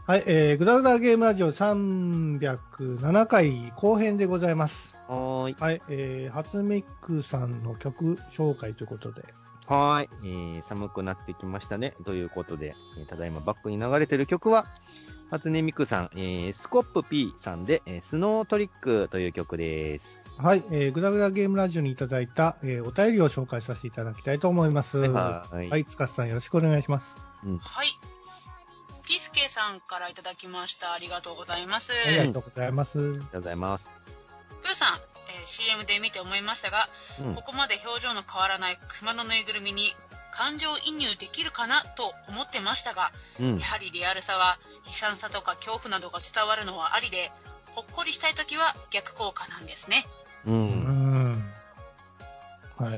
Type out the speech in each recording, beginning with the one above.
はい、グダグダゲームラジオ307回後編でございます。 はい。 はい、初ミックさんの曲紹介ということで。 はい。寒くなってきましたね。ということで、ただいまバックに流れてる曲は、初音ミクさん、スコップ P さんで、スノートリックという曲です。 はい、グダグダゲームラジオにいただいた、お便りを紹介させていただきたいと思います。はい。つかさんよろしくお願いします。 はい。ピスケさんからいただきました。ありがとうございます。 ありがとうございます。 ありがとうございます。 プーさん、CM で見て思いましたが、ここまで表情の変わらない熊のぬいぐるみに感情移入できるかなと思ってましたが、やはりリアルさは悲惨さとか恐怖などが伝わるのはありで、ほっこりしたいときは逆効果なんですね。 はい。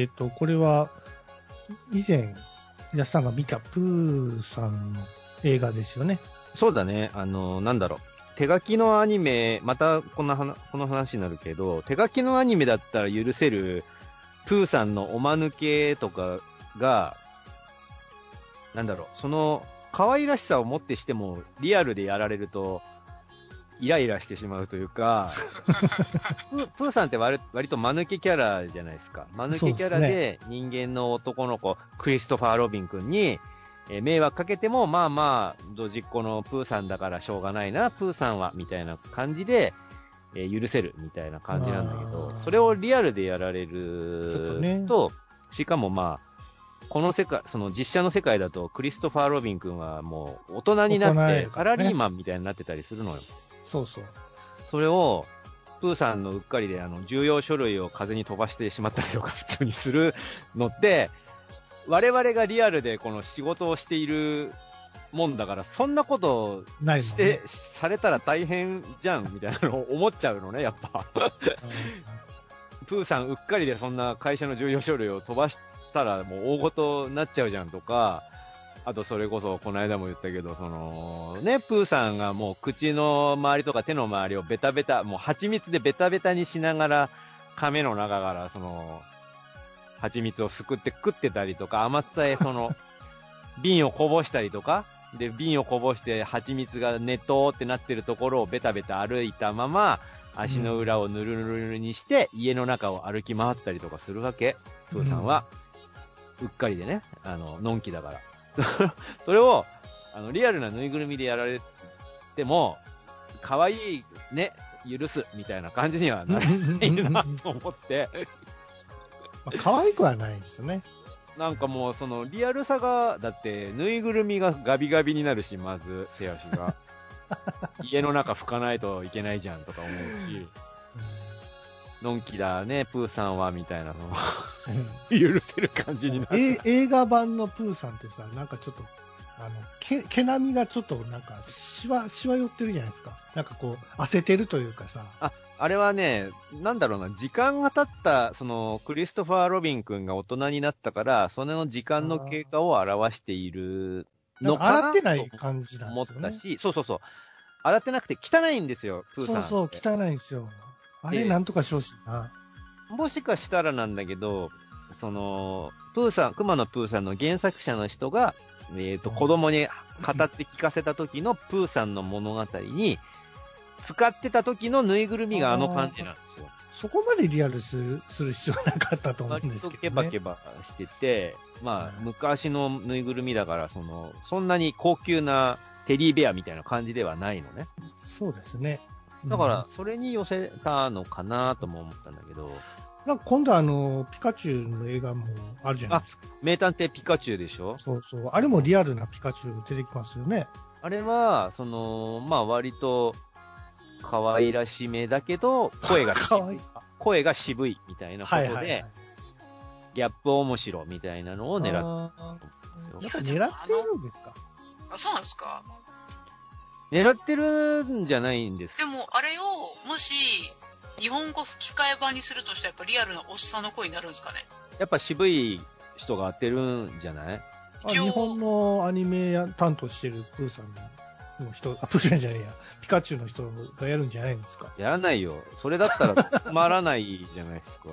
これは以前皆さんが見たプーさんの映画ですよね。 そうだね。なんだろう。手書きのアニメ、またこの話になるけど、手書きのアニメだったら許せる、プーさんのおまぬけとかが、なんだろう、その、可愛らしさをもってしても、リアルでやられると、イライラしてしまうというか、プーさんって割と間抜けキャラじゃないですか。間抜けキャラで人間の男の子、クリストファー・ロビン君に、迷惑かけても、まあまあ、ドジっ子のプーさんだからしょうがないな、プーさんは、みたいな感じで、許せるみたいな感じなんだけど、それをリアルでやられると、しかもまあ、この世界、その実写の世界だと、クリストファー・ロビン君はもう大人になって、サラリーマンみたいになってたりするのよ。 そうそう。 それを、プーさんのうっかりで重要書類を風に飛ばしてしまったりとか普通にするのって、我々がリアルでこの仕事をしているもんだから、そんなことして、されたら大変じゃんみたいなのを思っちゃうのね、やっぱ。プーさんうっかりでそんな会社の重要書類を飛ばしたらもう大事になっちゃうじゃんとか、あとそれこそこの間も言ったけど、そのね、プーさんがもう口の周りとか手の周りをベタベタ、もう蜂蜜でベタベタにしながら、亀の中からその、蜂蜜をすくって食ってたりとか、甘さへその、瓶をこぼしたりとか、で、瓶をこぼして蜂蜜がネットってなってるところをベタベタ歩いたまま、足の裏をぬるぬるぬるにして、家の中を歩き回ったりとかするわけ。プーさんは、うっかりでね、のんきだから。それを、リアルなぬいぐるみでやられても、可愛いね、許す、みたいな感じにはならないなと思って。 可愛くはないですね。 なんかもう、その、リアルさが、だって、ぬいぐるみがガビガビになるし、まず、手足が。家の中拭かないといけないじゃんとか思うし、のんきだね、プーさんは、みたいなのを許せる感じになる。 映画版のプーさんってさ、なんかちょっと、毛並みがちょっとなんか、しわ寄ってるじゃないですか。なんかこう、焦ってるというかさ。 あれはね、なんだろうな、時間が経った、その、クリストファー・ロビン君が大人になったから、その時間の経過を表しているのかな洗ってない感じなんですよね。 思ったし、そう。洗ってなくて汚いんですよ、プーさん。 そう、汚いんですよ。あれなんとかしてほしいな。 もしかしたらなんだけど、その、プーさん、熊野プーさんの原作者の人が、子供に語って聞かせた時のプーさんの物語に、使ってた時のぬいぐるみがあの感じなんですよ。 そこまでリアルする必要はなかったと思うんですけどね。 ケバケバしてて、まあ、昔のぬいぐるみだから、そんなに高級なテディベアみたいな感じではないのね。 そうですね。 だから、それに寄せたのかなとも思ったんだけど。 なんか今度ピカチュウの映画もあるじゃないですか。 名探偵ピカチュウでしょ？ そう。あれもリアルなピカチュウ出てきますよね。 あれは、まあ割と、可愛らしめだけど、声が渋いみたいなことで、ギャップ面白みたいなのを狙ってやっぱ狙ってるんですか？ そうなんですか？ 狙ってるんじゃないんですか？ でも、あれを、もし、日本語吹き替え版にするとしたら、やっぱリアルなおっさんの声になるんですかね？ やっぱ渋い人が当てるんじゃない？ 日本のアニメ担当してるプーさんの人、プーさんじゃねえや、ピカチュウの人がやるんじゃないんですか？ やらないよ。それだったらつまらないじゃないですか。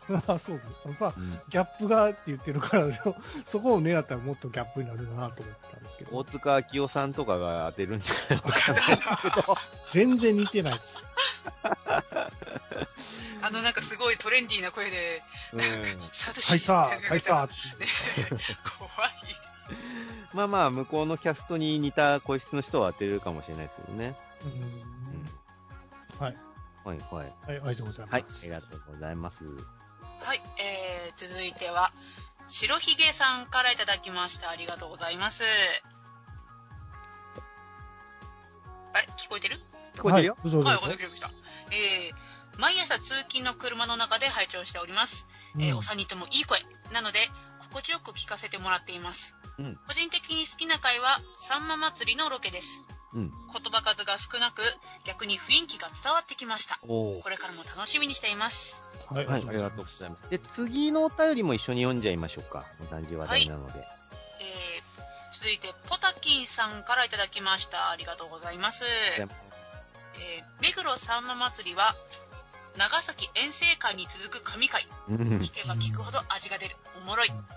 あ、そう。まあ、ギャップがって言ってるから、そこを狙ったらもっとギャップになるなと思ったんですけど。 大塚明夫さんとかが当てるんじゃないのかな。 全然似てないし。 なんかすごいトレンディーな声で、 サトシーって。怖い。 まあまあ、向こうのキャストに似た声質の人は当てるかもしれないですけどね。 はい。 はい。 はい、ありがとうございます。 はい、ありがとうございます。 はい、続いては、白ひげさんからいただきました。ありがとうございます。あれ聞こえてる？ 聞こえてるよ。 はい、聞こえてきました。毎朝通勤の車の中で拝聴しております。お三人ともいい声。なので、心地よく聞かせてもらっています。個人的に好きな回は、さんま祭りのロケです。言葉数が少なく、逆に雰囲気が伝わってきました。これからも楽しみにしています。 はい、ありがとうございます。で、次のお便りも一緒に読んじゃいましょうか。同じ話題なので。 続いて、ポタキンさんからいただきました。ありがとうございます。目黒さんま祭りは、長崎遠征会に続く神回。聞けば聞くほど味が出る。おもろい。 はい、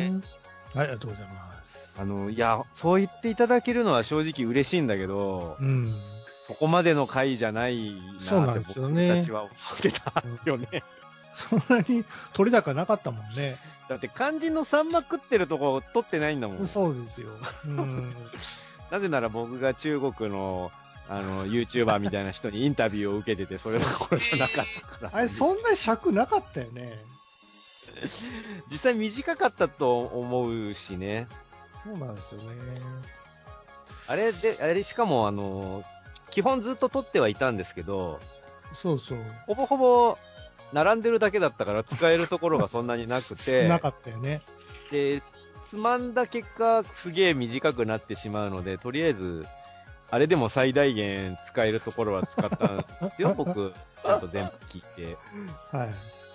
ありがとうございます。 いや、そう言っていただけるのは正直嬉しいんだけど、そこまでの回じゃないなって僕たちは思ってたよね。 そんなに取れ高なかったもんね。 だって肝心のサンマ食ってるとこ取ってないんだもん。 そうですよ。 なぜなら僕が中国のYouTuber みたいな人にインタビューを受けてて、それどころじゃなかったから。 あれ、そんな尺なかったよね。 実際短かったと思うしね。 そうなんですよね。 あれ、しかも基本ずっと撮ってはいたんですけど、 そうそう。 ほぼほぼ、並んでるだけだったから使えるところがそんなになくて。 なかったよね。 で、つまんだ結果、すげえ短くなってしまうので、とりあえず、あれでも最大限使えるところは使ったんですよ、僕。ちゃんと全部聞いて。 はい。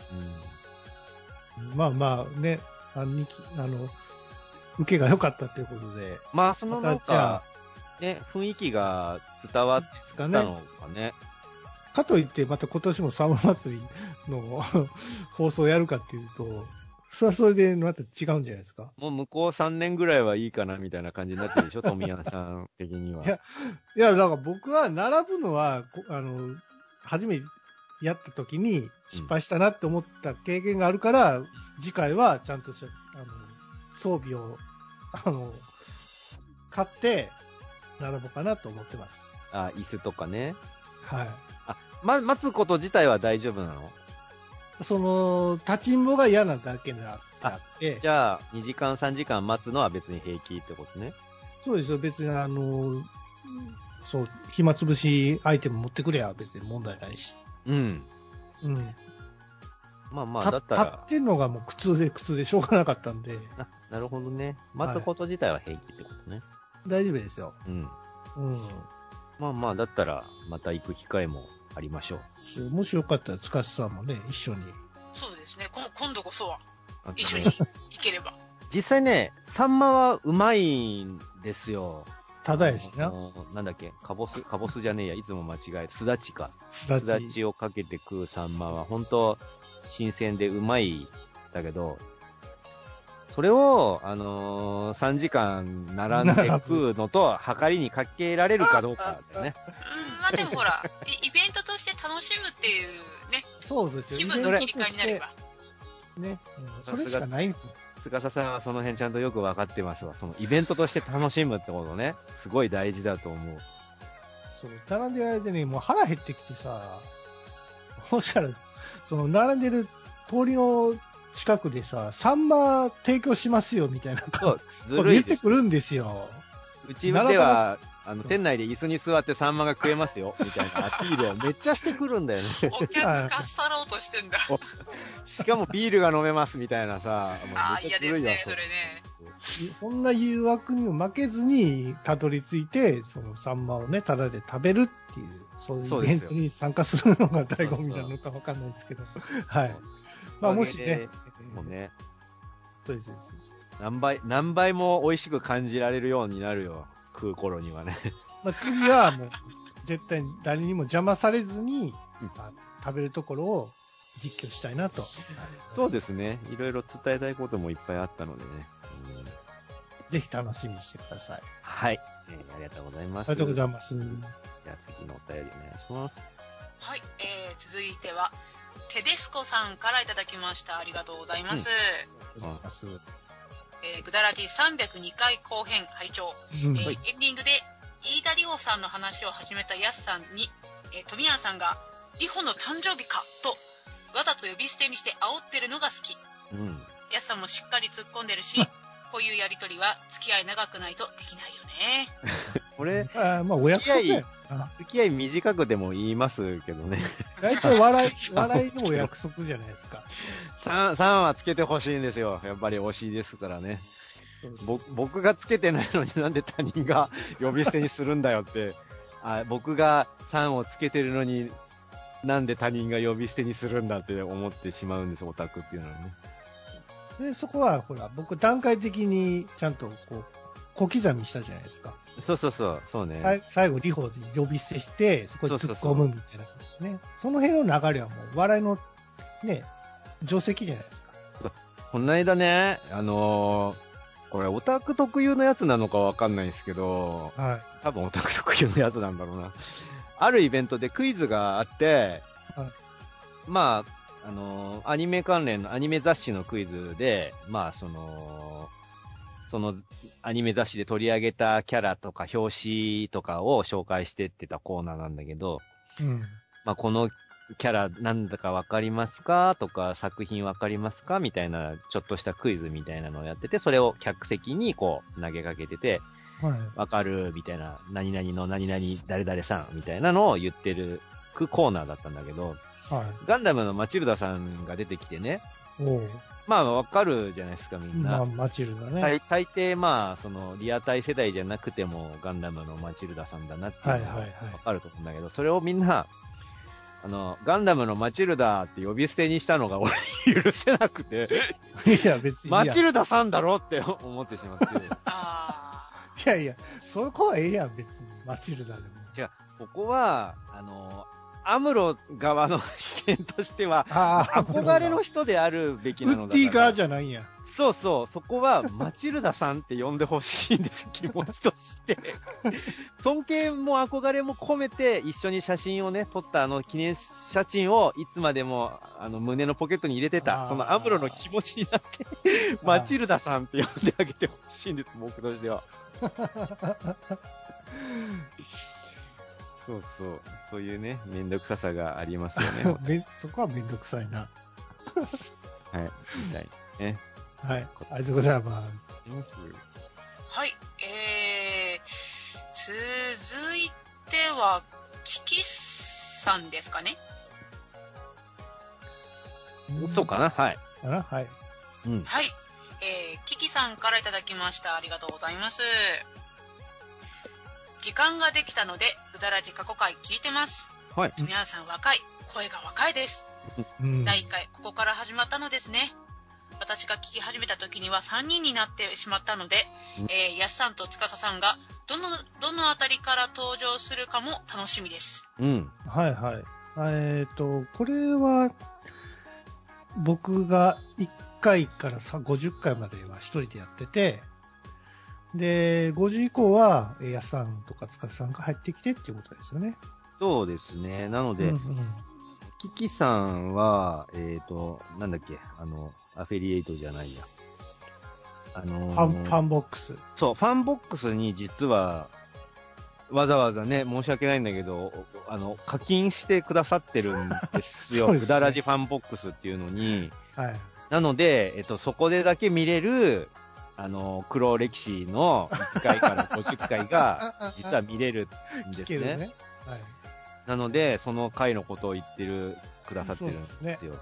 まあまあね、受けが良かったということで。 まあ、そのなんか、ね、雰囲気が伝わったのかね。 かといって、また今年もサンマ祭りの放送やるかっていうと、それはそれでまた違うんじゃないですか。 もう向こう3年ぐらいはいいかなみたいな感じになってるでしょ、富谷さん的には。 いや、だから僕は並ぶのは、初めてやった時に失敗したなって思った経験があるから、次回はちゃんとした、装備を、買って、並ぼうかなと思ってます。 あ、椅子とかね。 はい。 待つこと自体は大丈夫なの？ 立ちんぼが嫌なだけであって。 じゃあ、2時間、3時間待つのは別に平気ってことね。 そうですよ。別にそう、暇つぶしアイテム持ってくれば別に問題ないし。 まあまあ、だったら。 立ってんのがもう苦痛でしょうがなかったんで。 なるほどね。待つこと自体は平気ってことね。 大丈夫ですよ。 まあまあ、だったら、また行く機会もありましょう。 もしよかったら、塚さんもね、一緒に。 そうですね。今度こそは、一緒に行ければ。 実際ね、サンマはうまいんですよ。 ただやしな。 なんだっけ、カボスじゃねえや、いつも間違える。すだちか。すだちをかけて食うサンマは、本当新鮮でうまいだけど、それを、3時間並んで食うのと、計りにかけられるかどうかだよね。 まあでもほら、イベントとして楽しむっていうね。 そうですよ。 気分の切り替えになれば。 ね。それしかない。 司さんはその辺ちゃんとよくわかってますわ。そのイベントとして楽しむってことね。すごい大事だと思う。 そう、並んでる間にもう腹減ってきてさ、そしたら、並んでる通りの近くでさ、サンマ提供しますよみたいなそうずるい言ってくるんですよ。 うちでは、店内で椅子に座ってサンマが食えますよ、みたいなアピールをめっちゃしてくるんだよね。 お客かっさろうとしてんだ。 しかもビールが飲めますみたいなさ。 嫌ですね、それね。 そんな誘惑にも負けずにたどり着いて、そのサンマをね、タダで食べるっていう、そういうイベントに参加するのが醍醐味なのかわかんないですけど。はい。まあもしね。 もうね。 そうです。 何倍も美味しく感じられるようになるよ。食う頃にはね。 まあ次はもう、絶対誰にも邪魔されずに、食べるところを実況したいなと。 そうですね。いろいろ伝えたいこともいっぱいあったのでね。 ぜひ楽しみにしてください。 はい。ありがとうございます。 ありがとうございます。 じゃあ次のお便りお願いします。 はい、続いてはテデスコさんからいただきました。ありがとうございます。ぐだらじ302回後編拝聴、エンディングで飯田里穂さんの話を始めたやすさんに、富谷さんが里穂の誕生日かとわざと呼び捨てにして煽ってるのが好き。やすさんもしっかり突っ込んでるし、こういうやりとりは付き合い長くないとできないよね。 これ、 まあお約束や。 付き合い短くでも言いますけどね。 大体笑いのお約束じゃないですか。 3はつけてほしいんですよ。やっぱり推しですからね。僕がつけてないのになんで他人が呼び捨てにするんだよって。僕が3をつけてるのになんで他人が呼び捨てにするんだって思ってしまうんです、オタクっていうのはね。 で、そこは、ほら、僕段階的にちゃんとこう、小刻みしたじゃないですか。 そうね。 最後、リホで呼び捨てして、そこに突っ込むみたいな感じね。その辺の流れはもう、笑いの、ね、定石じゃないですか。 この間ね、これオタク特有のやつなのかわかんないんですけど、多分オタク特有のやつなんだろうな。あるイベントでクイズがあって、まあ、アニメ関連のアニメ雑誌のクイズで、まあ、そのアニメ雑誌で取り上げたキャラとか表紙とかを紹介してってたコーナーなんだけど、まあ、このキャラなんだかわかりますかとか、作品わかりますかみたいな、ちょっとしたクイズみたいなのをやってて、それを客席にこう投げかけてて、わかるみたいな、何々の何々誰々さんみたいなのを言ってるコーナーだったんだけど、ガンダムのマチルダさんが出てきてね。まあ、わかるじゃないですか、みんな。 まあ、マチルダね。 大抵、まあ、リアタイ世代じゃなくても、ガンダムのマチルダさんだなっていうのがわかると思うんだけど、それをみんな、ガンダムのマチルダって呼び捨てにしたのが俺許せなくて。 いや、別に。 マチルダさんだろって思ってしまって。 いやいや、そこはええやん、別に。マチルダでも。 じゃあ、ここは、アムロ側の視点としては、憧れの人であるべきなのだから。 ウッディ側じゃないんや。 そうそう、そこはマチルダさんって呼んでほしいんです、気持ちとして。尊敬も憧れも込めて、一緒に写真をね、撮った記念写真をいつまでも胸のポケットに入れてた、そのアムロの気持ちになって、マチルダさんって呼んであげてほしいんです、僕としては。そういうね、めんどくささがありますよね。 そこはめんどくさいな。 はい、みたいね。 はい、ありがとうございます。 はい、続いては、キキさんですかね。 そうかな、はい。 はい。 はい、キキさんからいただきました。ありがとうございます。時間ができたので、うだらじ過去回聞いてます。富谷さん若い、声が若いです。第1回、ここから始まったのですね。私が聞き始めた時には3人になってしまったので、やすさんとつかささんがどのあたりから登場するかも楽しみです。 はいはい。これは、僕が1回から50回までは一人でやってて、で、50以降は、やすさんとかつかさんが入ってきてっていうことですよね。 そうですね。なので、キキさんは、なんだっけ、アフィリエイトじゃないや。 ファンボックス。 そう、ファンボックスに実は、わざわざね、申し訳ないんだけど、課金してくださってるんですよ。うだらじファンボックスっていうのに。なので、そこでだけ見れる、黒歴史の1回から50回が、実は見れるんですね。なので、その回のことを言ってくださってるんですよ。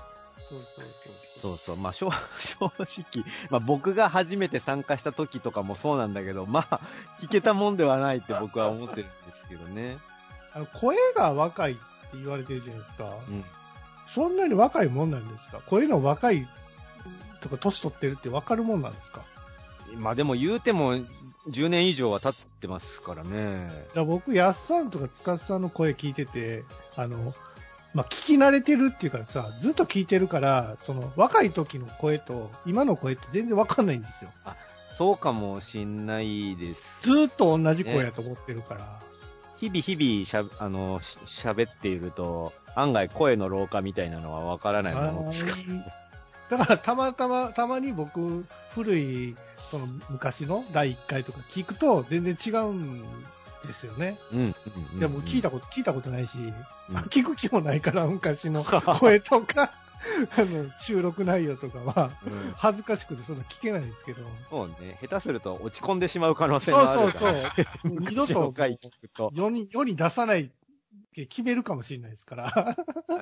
そう。まあ、正直、まあ、僕が初めて参加した時とかもそうなんだけど、まあ、聞けたもんではないって僕は思ってるんですけどね。 声が若いって言われてるじゃないですか。そんなに若いもんなんですか？声の若いとか年取ってるって分かるもんなんですか？ まあでも言うても10年以上は経ってますからね。 僕、やっさんとかつかさんの声聞いてて、 まあ、聞き慣れてるっていうかさ、ずっと聞いてるから、その若い時の声と今の声って全然わかんないんですよ。 そうかもしんないです。 ずっと同じ声やと思ってるから。ね、 日々喋っていると、案外声の老化みたいなのはわからないものですか。 だからたまに僕、古い、その昔の第1回とか聞くと全然違うんですよね。でも聞いたことないし、聞く気もないから昔の声とか、収録内容とかは、恥ずかしくてそんな聞けないんですけど。 そうね。下手すると落ち込んでしまう可能性もあるから。 そう。二度と世に出さないって決めるかもしれないですから。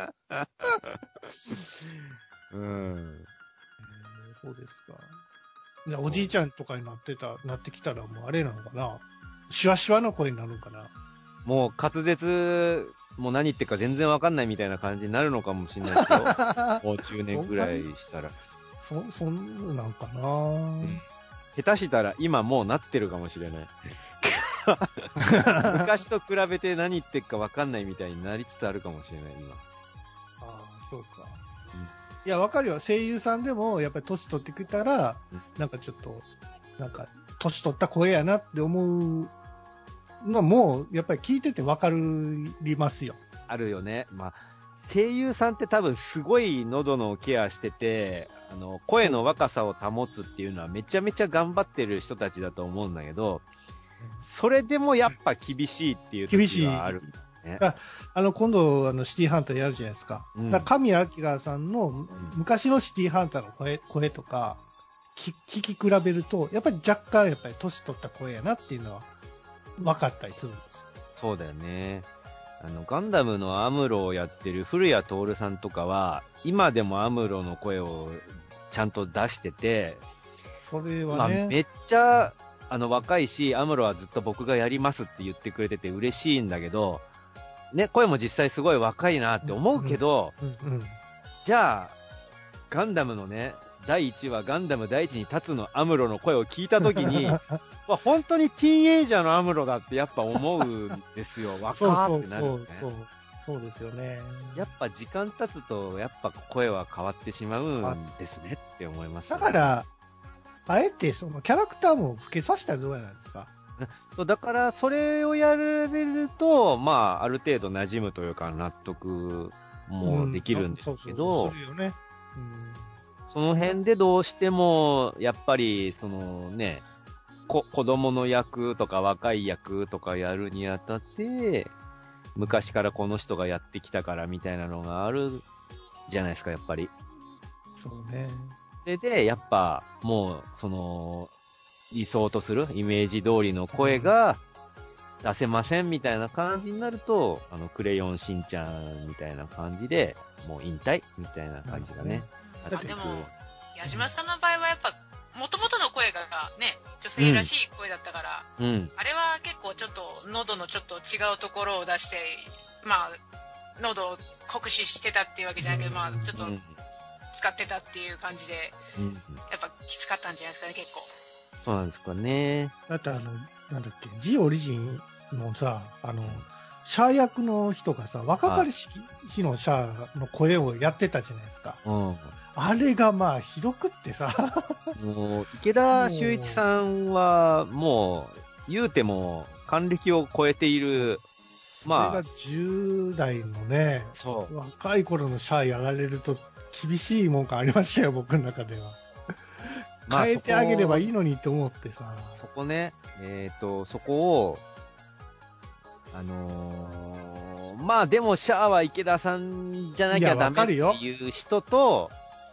そうですか。おじいちゃんとかになってきたらもうあれなのかな。シュワシュワの声になるのかな。 もう滑舌、もう何言ってるか全然わかんないみたいな感じになるのかもしれないですよ。もう10年くらいしたら。 そんなんかな、 下手したら今もうなってるかもしれない。昔と比べて何言ってるかわかんないみたいになりつつあるかもしれない、今。 ああ、そうか。いや、わかるよ。声優さんでも、やっぱり年取ってきたら、なんかちょっと、なんか、年取った声やなって思うのも、やっぱり聞いててわかりますよ。 あるよね。まあ、声優さんって多分すごい喉のケアしてて、声の若さを保つっていうのはめちゃめちゃ頑張ってる人たちだと思うんだけど、それでもやっぱ厳しいっていう時はある。ね、 今度、シティハンターやるじゃないですか。神谷明さんの昔のシティハンターの声とか、聞き比べると、やっぱり若干、やっぱり年取った声やなっていうのは分かったりするんですよ。 そうだよね。ガンダムのアムロをやってる古谷徹さんとかは、今でもアムロの声をちゃんと出してて、 それはね。 めっちゃ、若いし、アムロはずっと僕がやりますって言ってくれてて嬉しいんだけど、ね、声も実際すごい若いなって思うけど、じゃあ、ガンダムのね、第1話、ガンダム第1に立つのアムロの声を聞いたときに、本当にティーンエイジャーのアムロだってやっぱ思うんですよ。若ーってなるね。 そうですよね。 やっぱ時間経つと、やっぱ声は変わってしまうんですねって思います、ね。 だから、あえてそのキャラクターも老けさせたらどうなんですか？ そうだから、それをやれると、まあ、ある程度馴染むというか、納得もできるんですけど、その辺でどうしても、やっぱり、そのね、子供の役とか若い役とかやるにあたって、昔からこの人がやってきたからみたいなのがあるじゃないですか、やっぱり。 そうね。 それで、やっぱ、もう、その、理想とするイメージ通りの声が出せませんみたいな感じになると、クレヨンしんちゃんみたいな感じで、もう引退みたいな感じがね。 でも、矢島さんの場合はやっぱ、元々の声がね、女性らしい声だったから、あれは結構ちょっと喉のちょっと違うところを出して、まあ、喉を酷使してたっていうわけじゃないけど、まあ、ちょっと使ってたっていう感じで、やっぱきつかったんじゃないですかね、結構。 そうなんですかね。 だってなんだっけ、G オリジンのさ、シャア役の人がさ、若かりし日のシャアの声をやってたじゃないですか。あれがまあひどくってさ。 もう、池田修一さんは、もう、言うても、還暦を超えている、 まあ。それが10代のね、若い頃のシャアやられると厳しいもんがありましたよ、僕の中では。変えてあげればいいのにって思ってさ。 そこね、そこを、まあでもシャアは池田さんじゃなきゃダメっていう人と、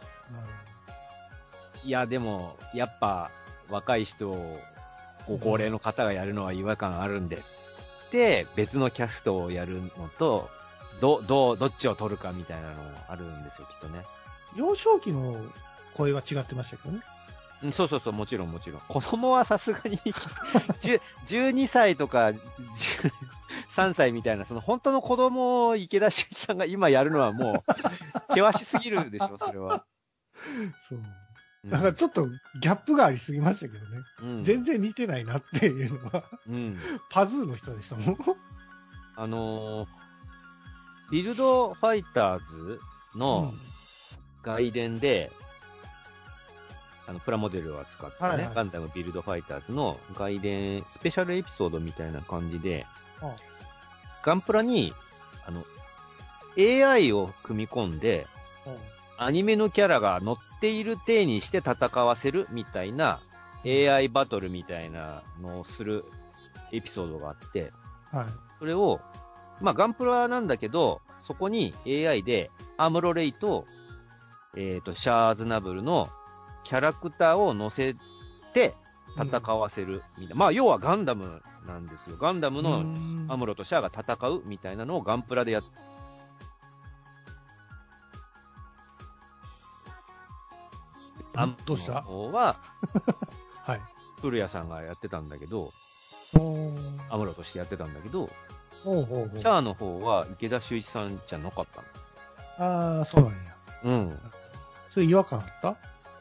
いやでも、やっぱ若い人をご高齢の方がやるのは違和感あるんで、で、別のキャストをやるのと、どっちを取るかみたいなのあるんですよ、きっとね。 幼少期の声は違ってましたけどね。 そう、もちろん。子供はさすがに12歳とか13歳みたいな、その本当の子供を池田修一さんが今やるのはもう、険しすぎるでしょ、それは。 そう。なんかちょっとギャップがありすぎましたけどね。全然似てないなっていうのは。パズーの人でしたもん。 ビルドファイターズの外伝で、プラモデルを扱ったね、はいはい、ガンダムビルドファイターズの外伝、スペシャルエピソードみたいな感じで、ガンプラに、AI を組み込んで、アニメのキャラが乗っている体にして戦わせるみたいな AI バトルみたいなのをするエピソードがあって、はい、それを、まあガンプラなんだけど、そこに AI でアムロレイと、シャーズナブルのキャラクターを乗せて戦わせるみたいな。まあ要はガンダムなんですよ。ガンダムのアムロとシャアが戦うみたいなのをガンプラでやって、 どうした方は、 はい。 古谷さんがやってたんだけど、アムロとしてやってたんだけど、シャアの方は池田秀一さんじゃなかったの。ああ、そうなんや。 うん。 それ違和感あった？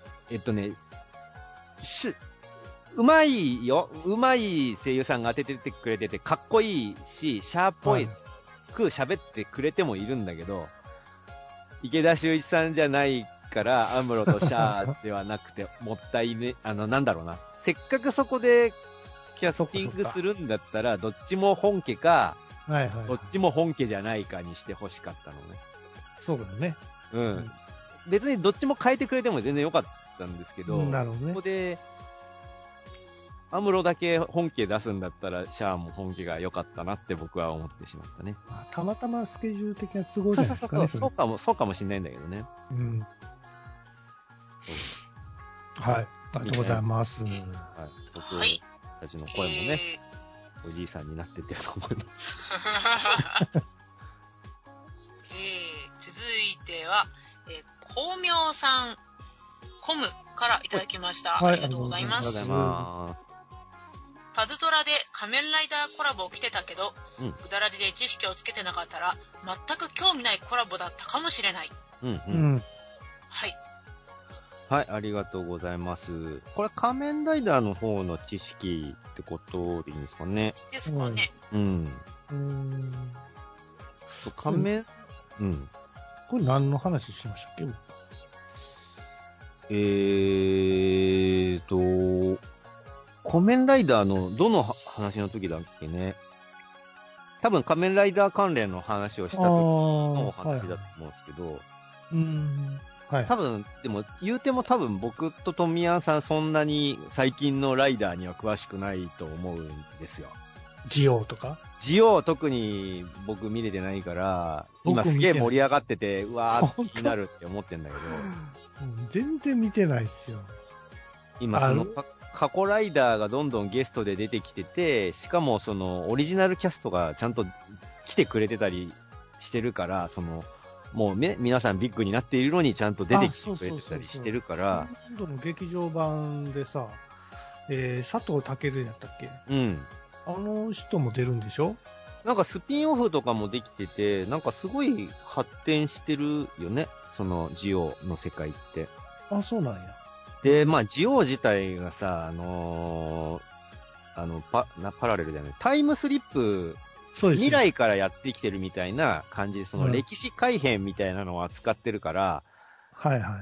うまいよ。うまい声優さんが当ててくれてて、かっこいいし、シャーっぽいく喋ってくれてもいるんだけど、池田秀一さんじゃないから、アムロとシャアではなくて、もったいね、なんだろうな。せっかくそこでキャスティングするんだったら、どっちも本家か、はいはい、どっちも本家じゃないかにしてほしかったのね。 そうだね。 うん。別にどっちも変えてくれても全然良かったんですけど、 なるほどね。 ここで、アムロだけ本家出すんだったら、シャアも本家が良かったなって僕は思ってしまったね。 たまたまスケジュール的な都合じゃないですかね。 そうかもしれないんだけどね。 うん。はい。ありがとうございます。はい。 僕たちの声もね、おじいさんになってってると思います。 続いては、光明さん、コムからいただきました。ありがとうございます。パズドラで仮面ライダーコラボを着てたけど、グダラジで知識をつけてなかったら、全く興味ないコラボだったかもしれない。はい。 はい、ありがとうございます。これ仮面ライダーの方の知識ってことでいいんですかね。 ですかね。 仮面、 これ何の話しましたっけ？ 仮面ライダーのどの話の時だっけね。多分仮面ライダー関連の話をした時のお話だと思うんですけど、はい、多分、でも言うても多分僕と富谷さんそんなに最近のライダーには詳しくないと思うんですよ。 ジオウとか？ ジオウ特に僕見れてないから、今すげえ盛り上がってて、うわーって気になるって思ってんだけど。 全然見てないっすよ。 今その過去ライダーがどんどんゲストで出てきてて、しかもそのオリジナルキャストがちゃんと来てくれてたりしてるから、その、もうね、皆さんビッグになっているのにちゃんと出てきてくれてたりしてるから。 今度の劇場版でさ、佐藤健やったっけ？ うん。 あの人も出るんでしょ？ なんかスピンオフとかもできてて、なんかすごい発展してるよね。そのジオの世界って。 あ、そうなんや。 で、まあ、ジオ自体がさ、パラレルじゃない、タイムスリップ、未来からやってきてるみたいな感じで、その歴史改変みたいなのを扱ってるから、 はいはい。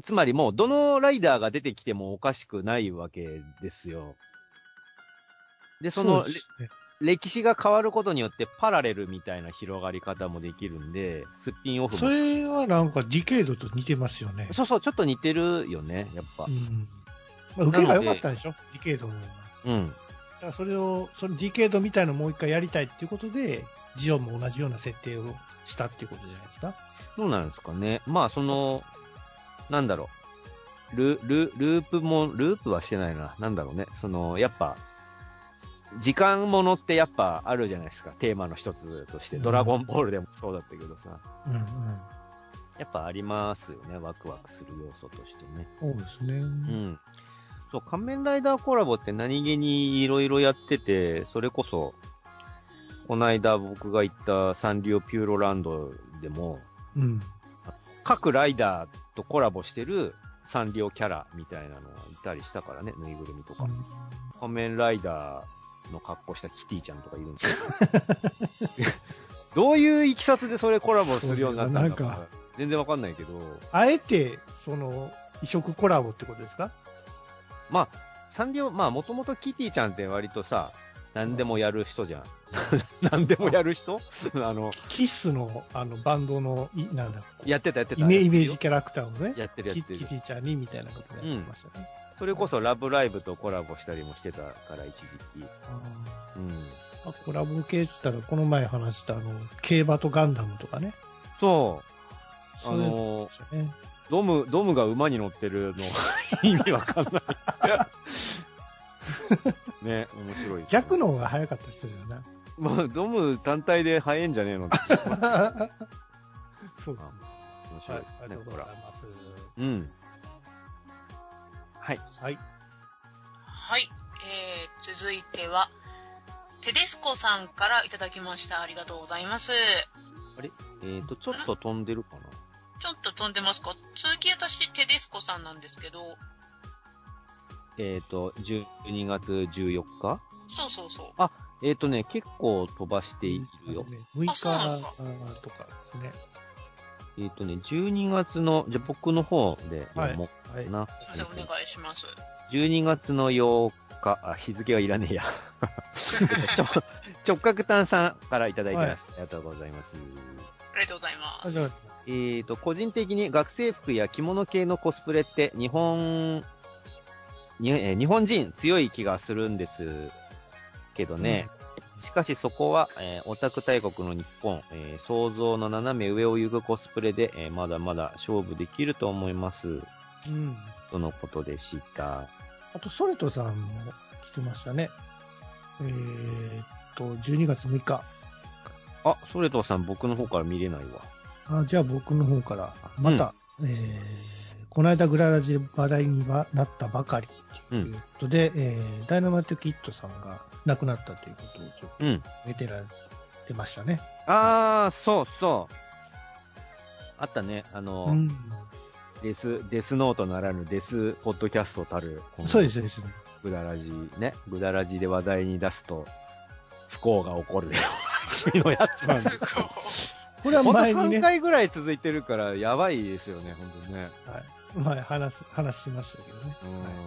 つまりもう、どのライダーが出てきてもおかしくないわけですよ。で、その、歴史が変わることによってパラレルみたいな広がり方もできるんで、スピンオフも。 それはなんかディケイドと似てますよね。 そうそう、ちょっと似てるよね、やっぱ。 まあ、受けが良かったでしょ、ディケイドも。 うん。 だからそのディケイドみたいのもう一回やりたいっていうことで、ジオも同じような設定をしたっていうことじゃないですか。 そうなんですかね。まあ、その、なんだろう。ループはしてないな。なんだろうね。その、やっぱ、時間ものってやっぱあるじゃないですか。テーマの一つとして。ドラゴンボールでもそうだったけどさ。やっぱありますよね。ワクワクする要素としてね。 そうですね。 そう、仮面ライダーコラボって何気にいろいろやってて、それこそ、この間僕が行ったサンリオピューロランドでも、各ライダーとコラボしてるサンリオキャラみたいなのがいたりしたからね。ぬいぐるみとか。仮面ライダーの格好したキティちゃんとかいるんですよ。 どういういきさつでそれコラボするようになったんだなんか全然わかんないけど。 あえて、異色コラボってことですか？ まあ、サンリオ、まあ、もともとキティちゃんって割とさ、何でもやる人じゃん。何でもやる人キスの、バンドの、なんだ、 やってた。 イメージキャラクターをね、 やってる。 キティちゃんにみたいなことやってましたね。 それこそラブライブとコラボしたりもしてたから、一時期。 コラボ系って言ったら、この前話した競馬とガンダムとかね。 そう。 ね、 ドムが馬に乗ってるの意味わかんない。ね、面白い、ね。 逆の方が早かったりするよな。 まあ、ドム単体で早いんじゃねえのって。 そうですね。 面白いですね。 ありがとうございます。 うん。はい。 はい。はい。続いては、テデスコさんからいただきました。ありがとうございます。 あれちょっと飛んでるかな？ ちょっと飛んでますか？続き私、テデスコさんなんですけど。 12月14日？ そう。 あ、結構飛ばしているよ。 6日とかですね。 12月の、じゃあ僕の方で読もうかな。 すいません、お願いします。 12月の8日、日付はいらねえや。直角炭さんからいただいてます。ありがとうございます。 ありがとうございます。 個人的に学生服や着物系のコスプレって日本人強い気がするんですけどね。しかしそこは、オタク大国の日本、想像の斜め上を行くコスプレで、まだまだ勝負できると思います。とのことでした。 あと、ソレトさんも来てましたね。12月6日。 あ、ソレトさん僕の方から見れないわ。 じゃあ僕の方から、また、この間グララジで話題にはなったばかりということで、ダイナマイトキッドさんが亡くなったということをちょっと挙げてられてましたね。 そう。あったね。デスノートならぬデスポッドキャストたる。 そうです。 グダラジね。グダラジで話題に出すと、不幸が起こるよ。のやつなんですよ。 これは前にね。 3回ぐらい続いてるから、やばいですよね、本当にね。 はい。前話しましたけどね。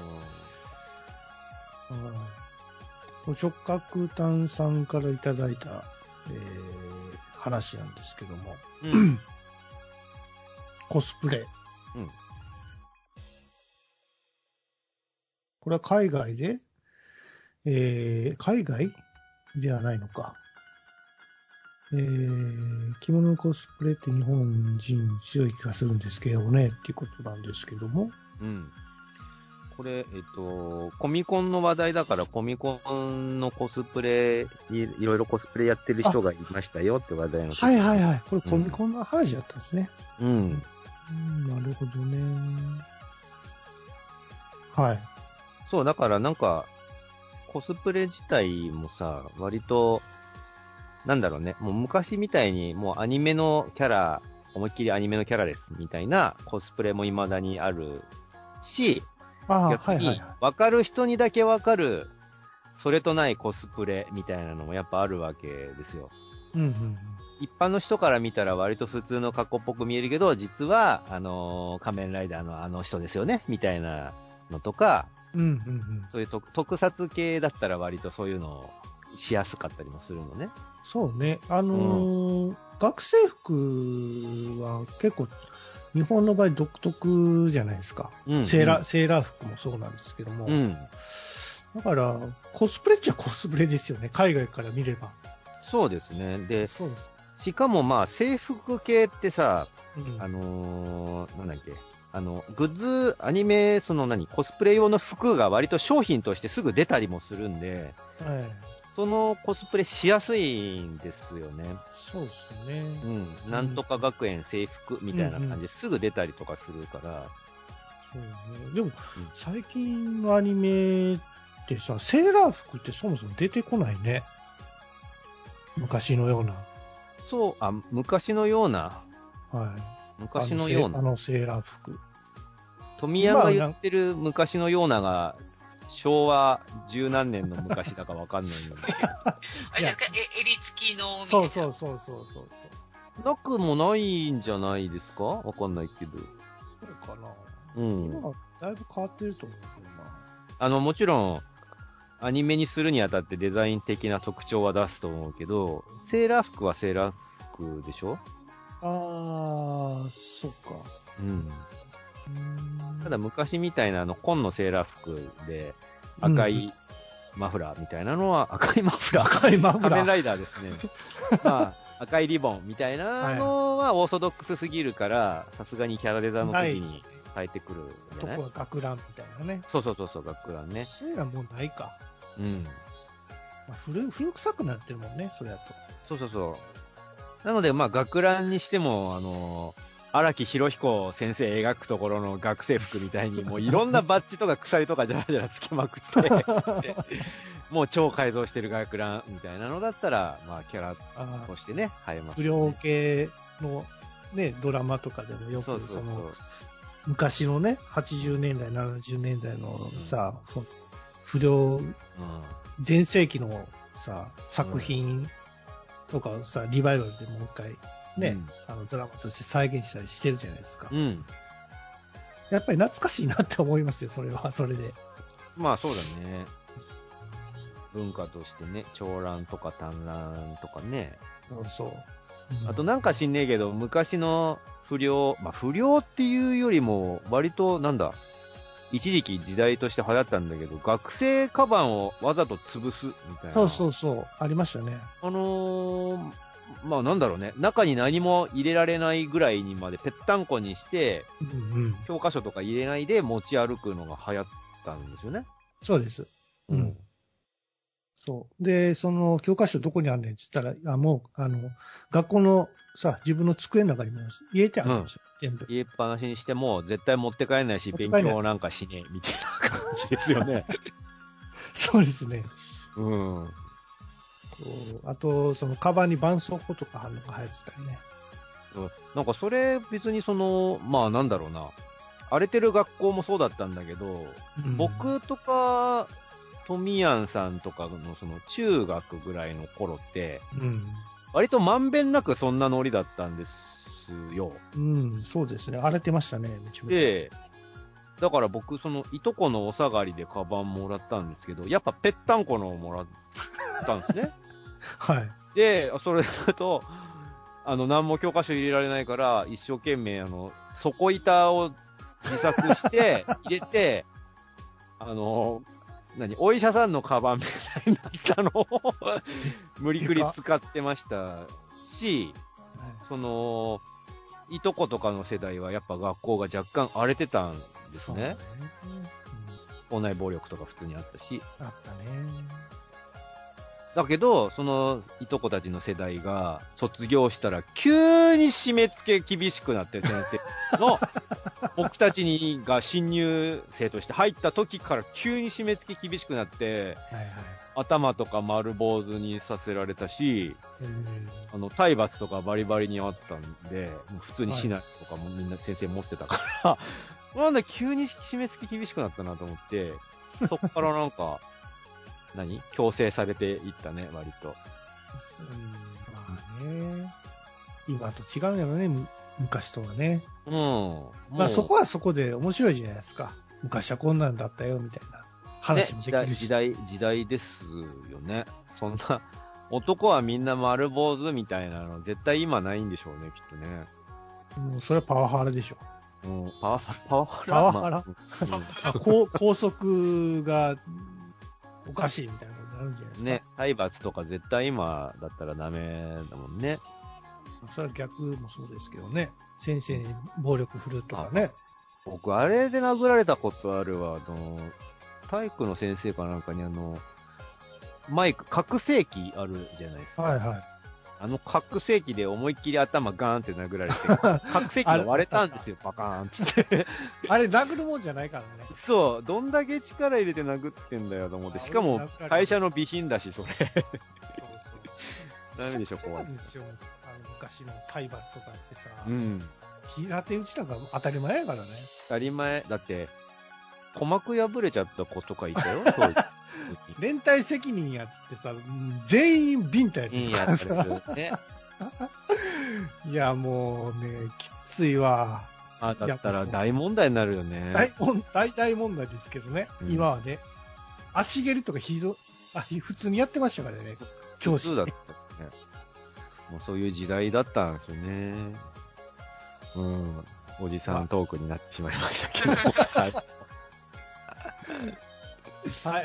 直角炭さんからいただいた、話なんですけども。コスプレ。これは海外で、海外ではないのか。着物のコスプレって日本人強い気がするんですけどね、っていうことなんですけども。 これ、コミコンの話題だから、コミコンのコスプレ、いろいろコスプレやってる人がいましたよって話題の。 はい。これコミコンの話だったんですね。 なるほどね。はい。 そう、だからなんか、コスプレ自体もさ、割と、なんだろうね、もう昔みたいに、もうアニメのキャラ、思いっきりアニメのキャラです、みたいなコスプレも未だにあるし、逆に、わかる人にだけわかる、それとないコスプレみたいなのもやっぱあるわけですよ。一般の人から見たら割と普通の格好っぽく見えるけど、実は、仮面ライダーのあの人ですよね、みたいなのとか、そういう特撮系だったら割とそういうのをしやすかったりもするのね。 そうね。学生服は結構日本の場合独特じゃないですか。セーラー服もそうなんですけども。だから、コスプレっちゃコスプレですよね。海外から見れば。 そうですね。で、しかもまあ制服系ってさ、なんだっけ。グッズ、アニメ、コスプレ用の服が割と商品としてすぐ出たりもするんで、そのコスプレしやすいんですよね。 そうですね。 なんとか学園制服みたいな感じですぐ出たりとかするから。 そうね。でも、最近のアニメってさ、セーラー服ってそもそも出てこないね。昔のような。 昔のような。昔のような。 セーラー服。 富山が言ってる昔のようなが、 昭和十何年の昔だかわかんないので。 あれですか、襟付きのみたいそうな。 そうそうそうそう。 なくもないんじゃないですかわかんないけど。 そうかな。 うん。 今はだいぶ変わってると思うけどな。 もちろん、アニメにするにあたってデザイン的な特徴は出すと思うけど、セーラー服はセーラー服でしょ？ そっか。 うん。ただ昔みたいな紺のセーラー服で赤いマフラーみたいなのは、赤いマフラー赤いマフラー。 仮面ライダーですね。まあ、赤いリボンみたいなのはオーソドックスすぎるから、さすがにキャラデザの時に変えてくるんじゃない？ とこは学ランみたいなね。 そう、学ランね。 そういうのはもうないか。 うん。 まあ、古臭くなってるもんね、それだと。 そう。なので、まあ、学ランにしても、荒木博彦先生描くところの学生服みたいに、もういろんなバッジとか鎖とかじゃらじゃらつけまくってもう超改造してる学ランみたいなのだったら、まあ、キャラとしてね、映えます、ね。 不良系のね、ドラマとかでもよく、昔のね、80年代、70年代のさ、不良、全盛期のさ、作品とかをさ、リバイバルでもう一回ね、ドラマとして再現したりしてるじゃないですか。やっぱり懐かしいなって思いますよ、それは、それで。 まあそうだね。文化としてね、長蘭とか短蘭とかね。 そう。 あとなんか知んねえけど、昔の不良、まあ不良っていうよりも、割となんだ、一時期時代として流行ったんだけど、学生カバンをわざと潰すみたいな。 そう、ありましたね。 まあなんだろうね、中に何も入れられないぐらいにまでぺったんこにして、教科書とか入れないで持ち歩くのが流行ったんですよね。 そうです。そう。で、その教科書どこにあんねんって言ったら、もう、学校のさ、自分の机の中にも入れてあるんですよ、全部。 入れっぱなしにしても、絶対持って帰んないし、勉強なんかしねえ、みたいな感じですよね。 そうですね。 うん。 あと、その、カバンに絆創膏とか貼るのが入ってたりね。 なんかそれ、別にまあなんだろうな。荒れてる学校もそうだったんだけど、僕とか、トミヤンさんとかの中学ぐらいの頃って、割とまんべんなくそんなノリだったんですよ。 そうですね。荒れてましたね、めちゃめちゃ。 で、だから僕、いとこのお下がりでカバンもらったんですけど、やっぱぺったんこのをもらったんですね。 はい。 で、それだと、何も教科書入れられないから、一生懸命、底板を自作して、入れて、お医者さんのカバンみたいになったのを無理くり使ってましたし、いとことかの世代はやっぱ学校が若干荒れてたんですね。校内暴力とか普通にあったし。 あったね。 だけど、いとこたちの世代が卒業したら急に締め付け厳しくなって先生の僕たちが新入生として入った時から急に締め付け厳しくなって、頭とか丸坊主にさせられたし、体罰とかバリバリにあったんで、もう普通にしないとかもみんな先生持ってたから、なんだ急に締め付け厳しくなったなと思って、そっからなんか、強制されていったね、割と。 まあね。今と違うんやろね、昔とはね。まあそこはそこで面白いじゃないですか。昔はこんなんだったよ、みたいな話もできるし。 時代ですよね。そんな、男はみんな丸坊主みたいなの絶対今ないんでしょうね、きっとね。 それはパワハラでしょ。 パワハラ高速が、おかしいみたいなことになるんじゃないですか。 ね、体罰とか絶対今だったらダメだもんね。 それは逆もそうですけどね。先生に暴力振るうとかね。 僕、あれで殴られたことあるわ。体育の先生かなんかにマイク、拡声器あるじゃないですか。拡声器で思いっきり頭ガーンって殴られて、拡声器が割れたんですよ、バカーンって。 あれ殴るもんじゃないからね。 そう、どんだけ力入れて殴ってんだよと思って、しかも会社の備品だし、それ。ダメでしょ、怖い。 昔の体罰とかってさ、平手打ちなんか当たり前やからね。 当たり前。だって、 鼓膜破れちゃった子とかいたよ、そういう時。 連帯責任やっつってさ、全員ビンタやってやったりするね。 いや、もうね、きついわ。 だったら大問題になるよね。 大問題ですけどね、今はね。足蹴りとか普通にやってましたからね、教師。 普通だったね。もうそういう時代だったんですよね。おじさんトークになってしまいましたけど。はい、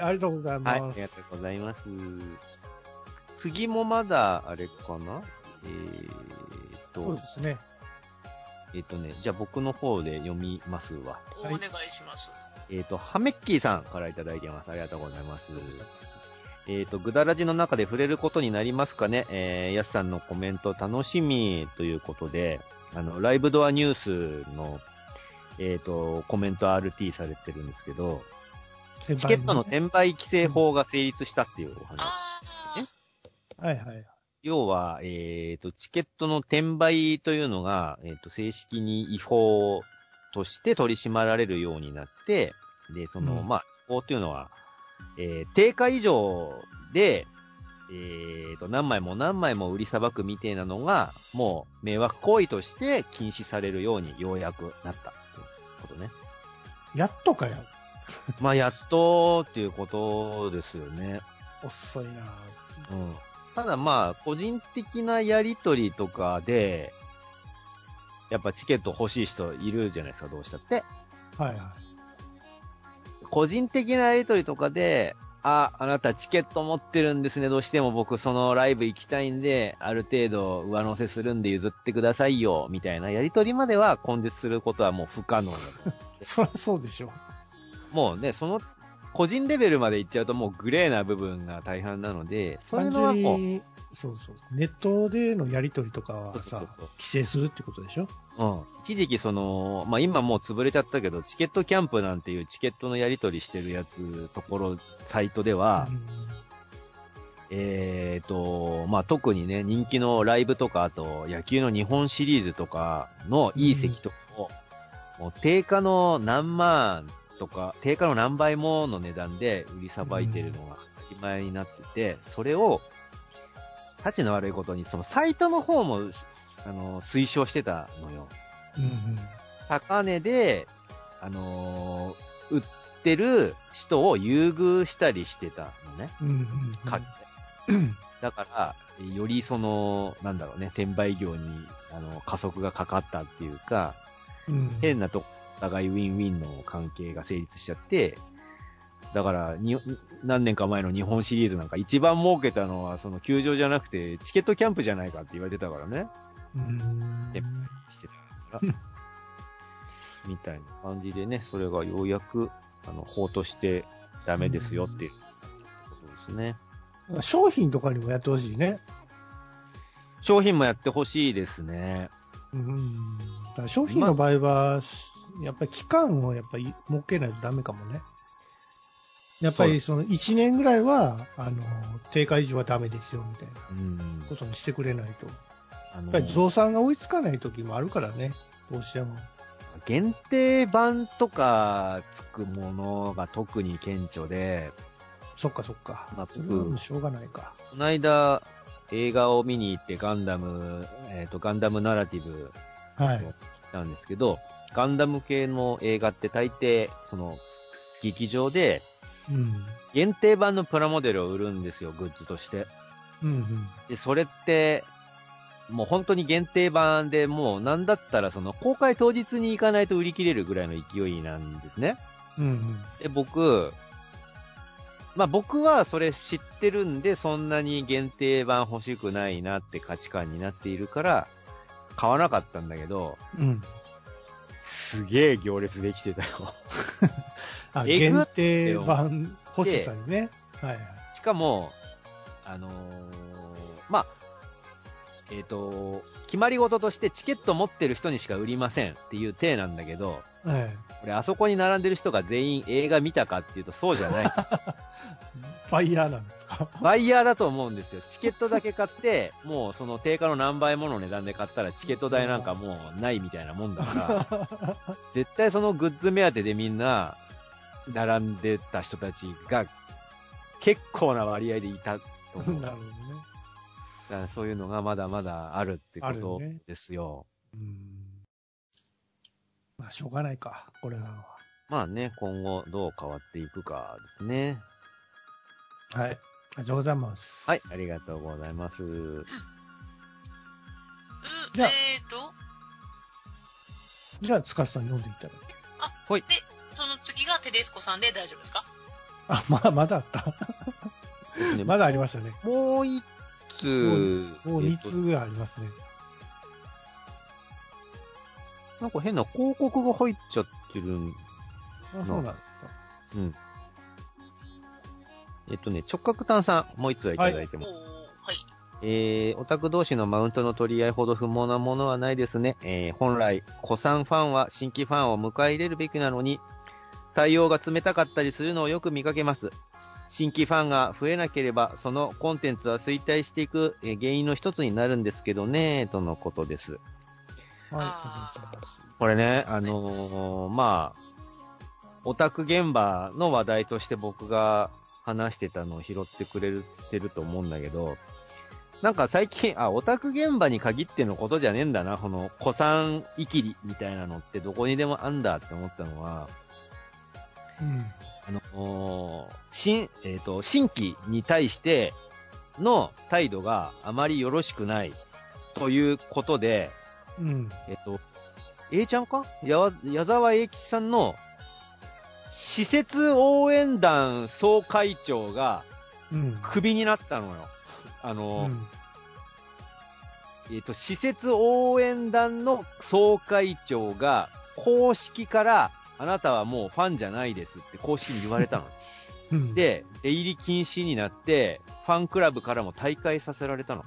ありがとうございます。 はい、ありがとうございます。次もまだ、あれかなそうですね。 じゃあ僕の方で読みますわ。 お願いします。 ハメッキーさんからいただいてます。ありがとうございます。ぐだらじの中で触れることになりますかね。やすさんのコメント楽しみということで、ライブドアニュースの、コメント RT されてるんですけど、チケットの転売規制法が成立したっていうお話。 はいはい。 要は、チケットの転売というのが、正式に違法として取り締まられるようになって、で、違法というのは、定価以上で、何枚も何枚も売りさばくみたいなのが、もう迷惑行為として禁止されるようにようやくなったっていうことね。 やっとかよ。 やっとっていうことですよね。 遅いな。 ただ個人的なやりとりとかで、やっぱチケット欲しい人いるじゃないですか、どうしたって。 はいはい。 個人的なやりとりとかで、あなたチケット持ってるんですね、どうしても僕そのライブ行きたいんで、ある程度上乗せするんで譲ってくださいよ、みたいなやりとりまでは根絶することはもう不可能だと。 そりゃそうでしょ。 もうね、その、個人レベルまで行っちゃうともうグレーな部分が大半なので、 そういうのはもう、そうネットでのやり取りとかはさ、規制するってことでしょ。 一時期今もう潰れちゃったけど、チケットキャンプなんていうチケットのやり取りしてるサイトでは、特にね、人気のライブとか、あと野球の日本シリーズとかのいい席とかを、もう定価の何万とか、定価の何倍もの値段で売りさばいてるのが当たり前になってて、それを、たちの悪いことに、そのサイトの方も、推奨してたのよ。高値で、売ってる人を優遇したりしてたのね。だから、より転売業に、加速がかかったっていうか、変なお互いウィンウィンの関係が成立しちゃって、だから、何年か前の日本シリーズなんか一番儲けたのは、その球場じゃなくて、チケットキャンプじゃないかって言われてたからね。してたから。みたいな感じでね、それがようやく、法としてダメですよっていうことですね。 商品とかにもやってほしいね。 商品もやってほしいですね。 だから商品の場合は、やっぱり期間を設けないとダメかもね。やっぱりその1年ぐらいは、定価以上はダメですよみたいなことにしてくれないと。やっぱり増産が追いつかない時もあるからね、どうしても。 限定版とかつくものが特に顕著で。 そっか。それはしょうがないか。 この間、映画を見に行ってガンダムナラティブを見たんですけど、ガンダム系の映画って大抵、劇場で、限定版のプラモデルを売るんですよ、グッズとして。で、それって、もう本当に限定版でもうなんだったら公開当日に行かないと売り切れるぐらいの勢いなんですね。で、僕はそれ知ってるんで、そんなに限定版欲しくないなって価値観になっているから、買わなかったんだけど、すげえ行列できてたよ。 限定版欲しさにね。 しかも、決まり事としてチケット持ってる人にしか売りませんっていう体なんだけど、これあそこに並んでる人が全員映画見たかっていうとそうじゃない。 バイヤーなんですか？ バイヤーだと思うんですよ。チケットだけ買って、もうその定価の何倍もの値段で買ったらチケット代なんかもうないみたいなもんだから、絶対そのグッズ目当てでみんな、 並んでた人たちが結構な割合でいたと思う。 なるほどね。 だからそういうのがまだまだあるってことですよ。 まあ、しょうがないか、これは。 まあね、今後どう変わっていくかですね。 はい。ありがとうございます。 はい、ありがとうございます。 じゃあ、塚地さん読んでいただけ。 はい。で、その次がテデスコさんで大丈夫ですか？ まだあった。まだありましたね。 もう一通。 もう2通ぐらいありますね。 なんか変な広告が入っちゃってるそうなんですか。 うん。直角炭酸、もう一つはいただいても。はい。オタク同士のマウントの取り合いほど不毛なものはないですね。本来、古参ファンは新規ファンを迎え入れるべきなのに、対応が冷たかったりするのをよく見かけます。新規ファンが増えなければ、そのコンテンツは衰退していく原因の一つになるんですけどね、とのことです。はい。これね、まあ、オタク現場の話題として僕が話してたのを拾ってくれてると思うんだけど、なんか最近、オタク現場に限ってのことじゃねえんだな、この古参イキリみたいなのってどこにでもあんだって思ったのは、新規に対しての態度があまりよろしくないということで、A ちゃんか矢沢永吉さんの施設応援団総会長がクビになったのよ。施設応援団の総会長が公式からあなたはもうファンじゃないですって公式に言われたの。で、出入り禁止になって、ファンクラブからも退会させられたの。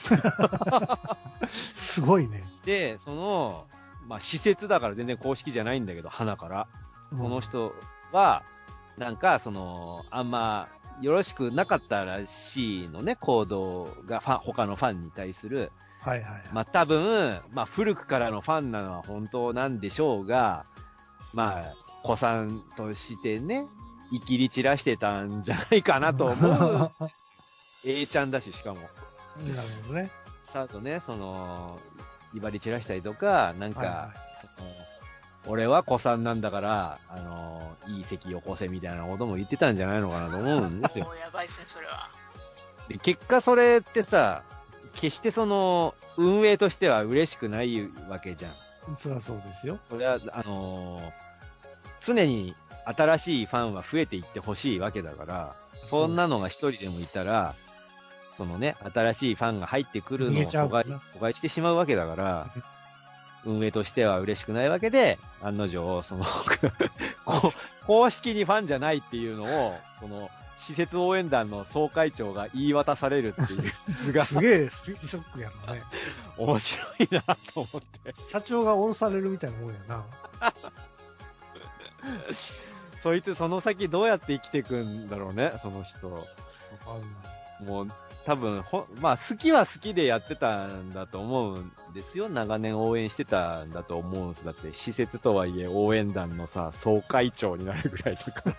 すごいね。 で、まあ、施設だから全然公式じゃないんだけど、花から。その人は、なんか、あんま、よろしくなかったらしいのね、行動が他のファンに対する。 はいはい。 まあ、多分、まあ、古くからのファンなのは本当なんでしょうが、まあ、子さんとしてね、生きり散らしてたんじゃないかなと思う。A ちゃんだし、しかも。 なるほどね。 あとね、威張り散らしたりとか、なんか、俺は子さんなんだから、いい席よこせみたいなことも言ってたんじゃないのかなと思うんですよ。 やばいっすね、それは。 で、結果それってさ、決して運営としては嬉しくないわけじゃん。 そりゃそうですよ。 それは、常に新しいファンは増えていってほしいわけだから、そんなのが一人でもいたら、新しいファンが入ってくるのを阻害してしまうわけだから、運営としては嬉しくないわけで、案の定、公式にファンじゃないっていうのを、施設応援団の総会長が言い渡されるっていう図が。 すげえショックやろね。 面白いなと思って。 社長が降ろされるみたいなもんやな。 そいつその先どうやって生きていくんだろうね、その人。もう、多分まあ好きは好きでやってたんだと思うんですよ。長年応援してたんだと思うんです。だって施設とはいえ応援団のさ、総会長になるぐらいだから。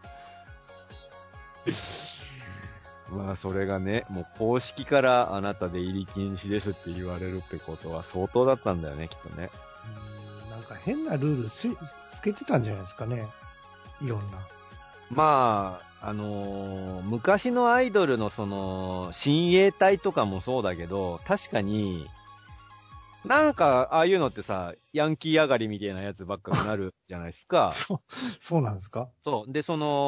まあそれがね、もう公式からあなたで入り禁止ですって言われるってことは相当だったんだよね、きっとね。 なんか変なルールつけてたんじゃないですかね。いろんな。 まあ、昔のアイドルの親衛隊とかもそうだけど、確かに、なんか、ああいうのってさ、ヤンキー上がりみたいなやつばっかになるじゃないですか。 そうなんですか？ そう。で、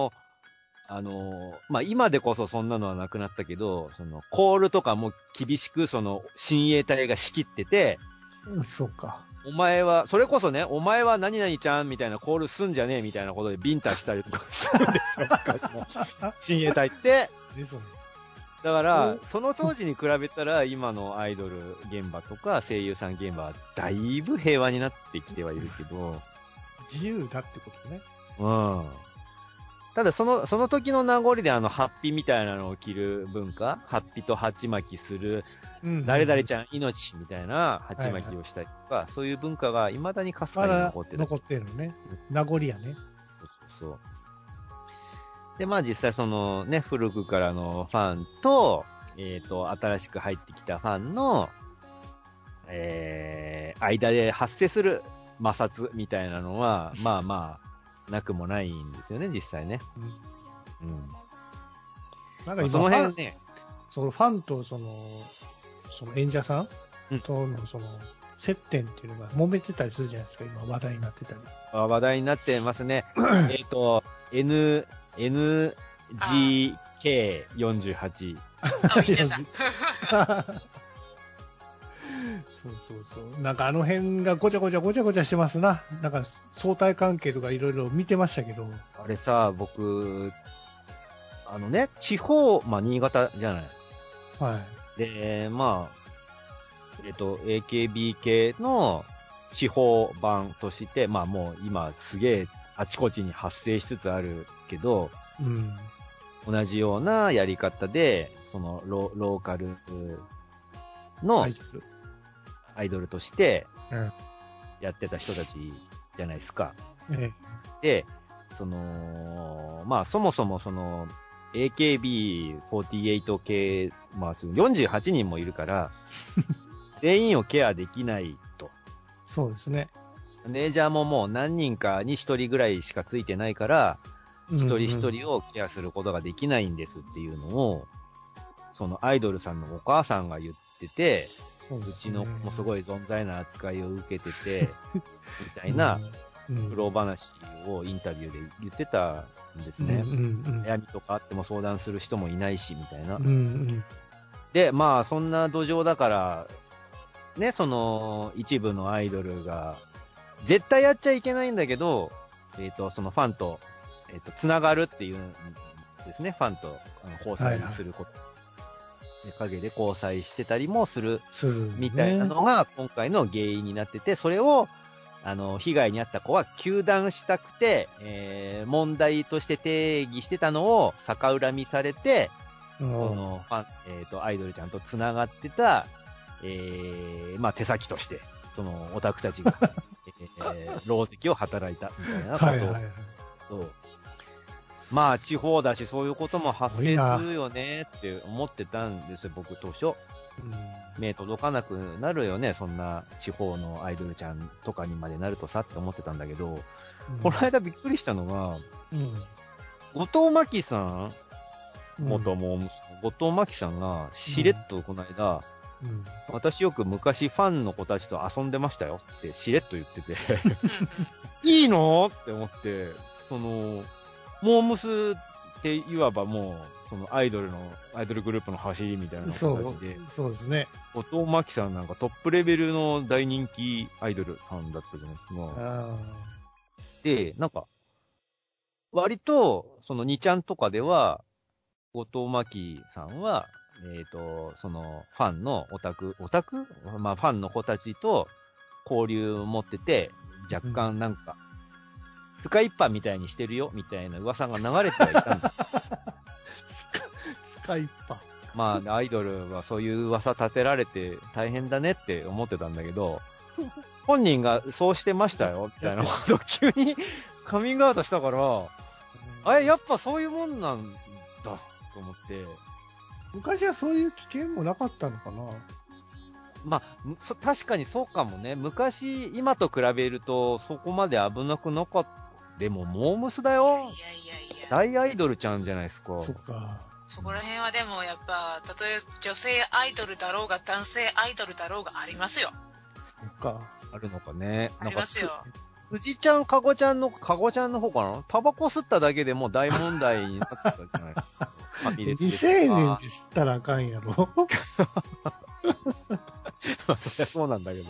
まあ、今でこそそんなのはなくなったけど、コールとかも厳しく、親衛隊が仕切ってて、 そうか。 お前は、それこそね、お前は何々ちゃんみたいなコールすんじゃねえみたいなことでビンタしたりとかするんですよ、昔の親衛隊って。だから、その当時に比べたら、今のアイドル現場とか声優さん現場はだいぶ平和になってきてはいるけど。 自由だってことね。 うん。ただその時の名残でハッピーみたいなのを着る文化、ハッピーと鉢巻きする、誰々ちゃん命みたいな鉢巻きをしたりとか、そういう文化が未だにかすかに残ってる。 残ってるね。名残やね。 そう。 で、まあ実際そのね、古くからのファンと、新しく入ってきたファンの、間で発生する摩擦みたいなのは、まあまあ、なくもないんですよね、実際ね。うん。 なんか今、 その辺ね、 そのファンとその演者さんとの接点っていうのが揉めてたりするじゃないですか、今話題になってたり。 話題になってますね。NGK48。 あ、言っちゃった。 そうそうそう。なんかあの辺がごちゃごちゃしてますな。なんか相対関係とかいろいろ見てましたけど。 あれさ、僕、地方、まあ、新潟じゃない。 はい。 で、まあ、AKB 系の地方版として、まあもう今すげえあちこちに発生しつつあるけど、 うん、 同じようなやり方で、そのローカルのアイドルとしてやってた人たちじゃないですか。で、まあそもそもAKB48 系、まあ48人もいるから、全員をケアできないと。 そうですね。 マネージャーももう何人かに1人ぐらいしかついてないから、一人一人をケアすることができないんですっていうのを、そのアイドルさんのお母さんが言ってて、うちの子もすごい存在な扱いを受けてて、みたいな苦労話をインタビューで言ってたんですね。悩みとかあっても相談する人もいないし、みたいな。で、まあそんな土壌だから、ね、一部のアイドルが、絶対やっちゃいけないんだけど、そのファンと、つながるっていうんですね。ファンと交際すること。で陰で交際してたりもする、みたいなのが今回の原因になってて、それを、被害に遭った子は糾弾したくて、問題として定義してたのを逆恨みされて、ファン、アイドルちゃんとつながってた、まあ手先として、オタクたちが、労石を働いたみたいなことを、まあ地方だしそういうことも発生するよねって思ってたんですよ、僕当初。目届かなくなるよね、そんな地方のアイドルちゃんとかにまでなるとさって思ってたんだけど、この間びっくりしたのが、後藤真希さん、元も後藤真希さんがしれっとこの間、私よく昔ファンの子たちと遊んでましたよってしれっと言ってていいのって思って、モームスっていわばもう、アイドルグループの走りみたいな形で、 そうですね。 後藤真希さんなんかトップレベルの大人気アイドルさんだったじゃないですか。で、なんか、割と、2ちゃんとかでは、後藤真希さんは、ファンのオタクまあ、ファンの子たちと交流を持ってて、若干なんか、スカイッパーみたいにしてるよ、みたいな噂が流れてはいたんだ。 スカイッパー。 まあ、アイドルはそういう噂立てられて大変だねって思ってたんだけど、本人がそうしてましたよ、みたいなことを急にカミングアウトしたから、やっぱそういうもんなんだ、と思って。 昔はそういう危険もなかったのかな。 まあ、確かにそうかもね。昔、今と比べると、そこまで危なくなかった。でも、モームスだよ。いや。大アイドルちゃんじゃないですか。 そっか。 そこら辺はでも、やっぱ、たとえ女性アイドルだろうが、男性アイドルだろうがありますよ。 そっか。 あるのかね。 ありますよ。 藤ちゃん、かごちゃんの方かな、タバコ吸っただけでもう大問題になってたじゃないですか。 未成年って吸ったらあかんやろ。 そりゃそうなんだけ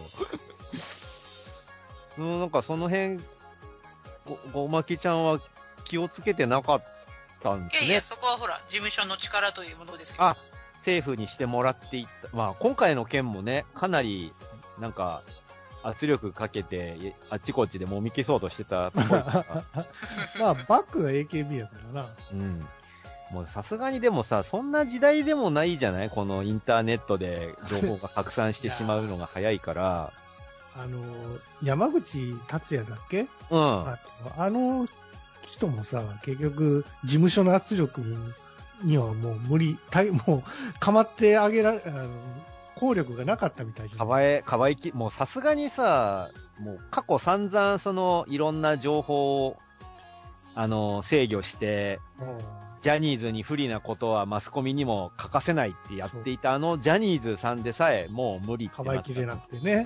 ど。なんかその辺、ごまきちゃんは気をつけてなかったんですね。 いや、そこはほら、事務所の力というものですよ。 あ、政府にしてもらっていった。まあ、今回の件もね、かなり、なんか、圧力かけて、あっちこっちで揉み消そうとしてたっぽいから。 まあ、バックが AKB やからな。 うん。もうさすがにでもさ、そんな時代でもないじゃない？このインターネットで情報が拡散してしまうのが早いから。 山口達也だっけ？ うん。 人もさ、結局、事務所の圧力にはもう無理、もう、かまってあげられ、効力がなかったみたいじゃん。 かばいき、もうさすがにさ、もう過去散々いろんな情報を、制御して、ジャニーズに不利なことはマスコミにも書かせないってやっていたジャニーズさんでさえもう無理ってなった。 かばいきれなくてね。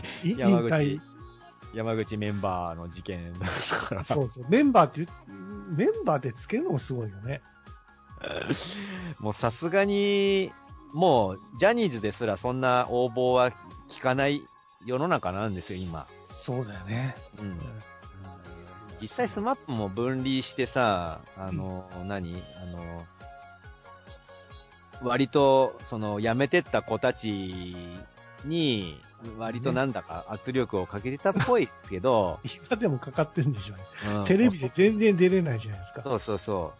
山口メンバーの事件だから。 そうそう。メンバーってつけるのもすごいよね。 もうさすがに、もうジャニーズですらそんな応募は聞かない世の中なんですよ、今。 そうだよね。 うん。実際スマップも分離してさ、割と、辞めてった子たちに、割となんだか圧力をかけてたっぽいけど、 今でもかかってるんでしょうね。テレビで全然出れないじゃないですか。 そうそうそう。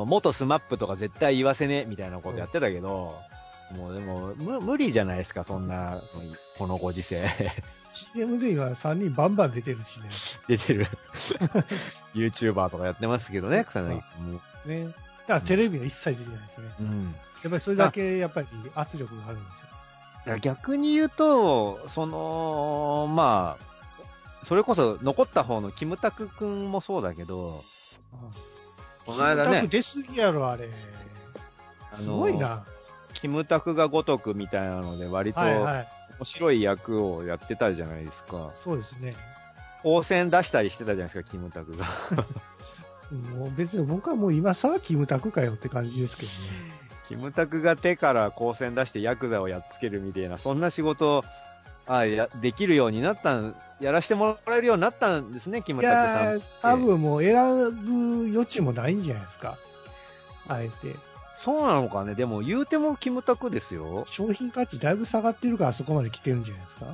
元スマップとか絶対言わせねみたいなことやってたけど、もうでも、無理じゃないですか、そんな、このご時世。 CM で今3人バンバン出てるしね。 出てる。YouTuber とかやってますけどね、草薙君も。 ね。だからテレビは一切出てないですね。うん。やっぱりそれだけ、やっぱり圧力があるんですよ。 逆に言うと、まあ、それこそ残った方のキムタクくんもそうだけど、この間ね。 キムタク出すぎやろ、あれ。すごいな。 キムタクが如くみたいなので、割と面白い役をやってたじゃないですか。 そうですね。 光線出したりしてたじゃないですか、キムタクが。 もう別に僕はもう今更キムタクかよって感じですけどね。 キムタクが手から光線出してヤクザをやっつけるみたいな、そんな仕事、できるようになったやらしてもらえるようになったんですね、キムタクさん。いや多分もう選ぶ余地もないんじゃないですか。あえて。 そうなのかね。でも言うてもキムタクですよ。 商品価値だいぶ下がってるからあそこまで来てるんじゃないですか。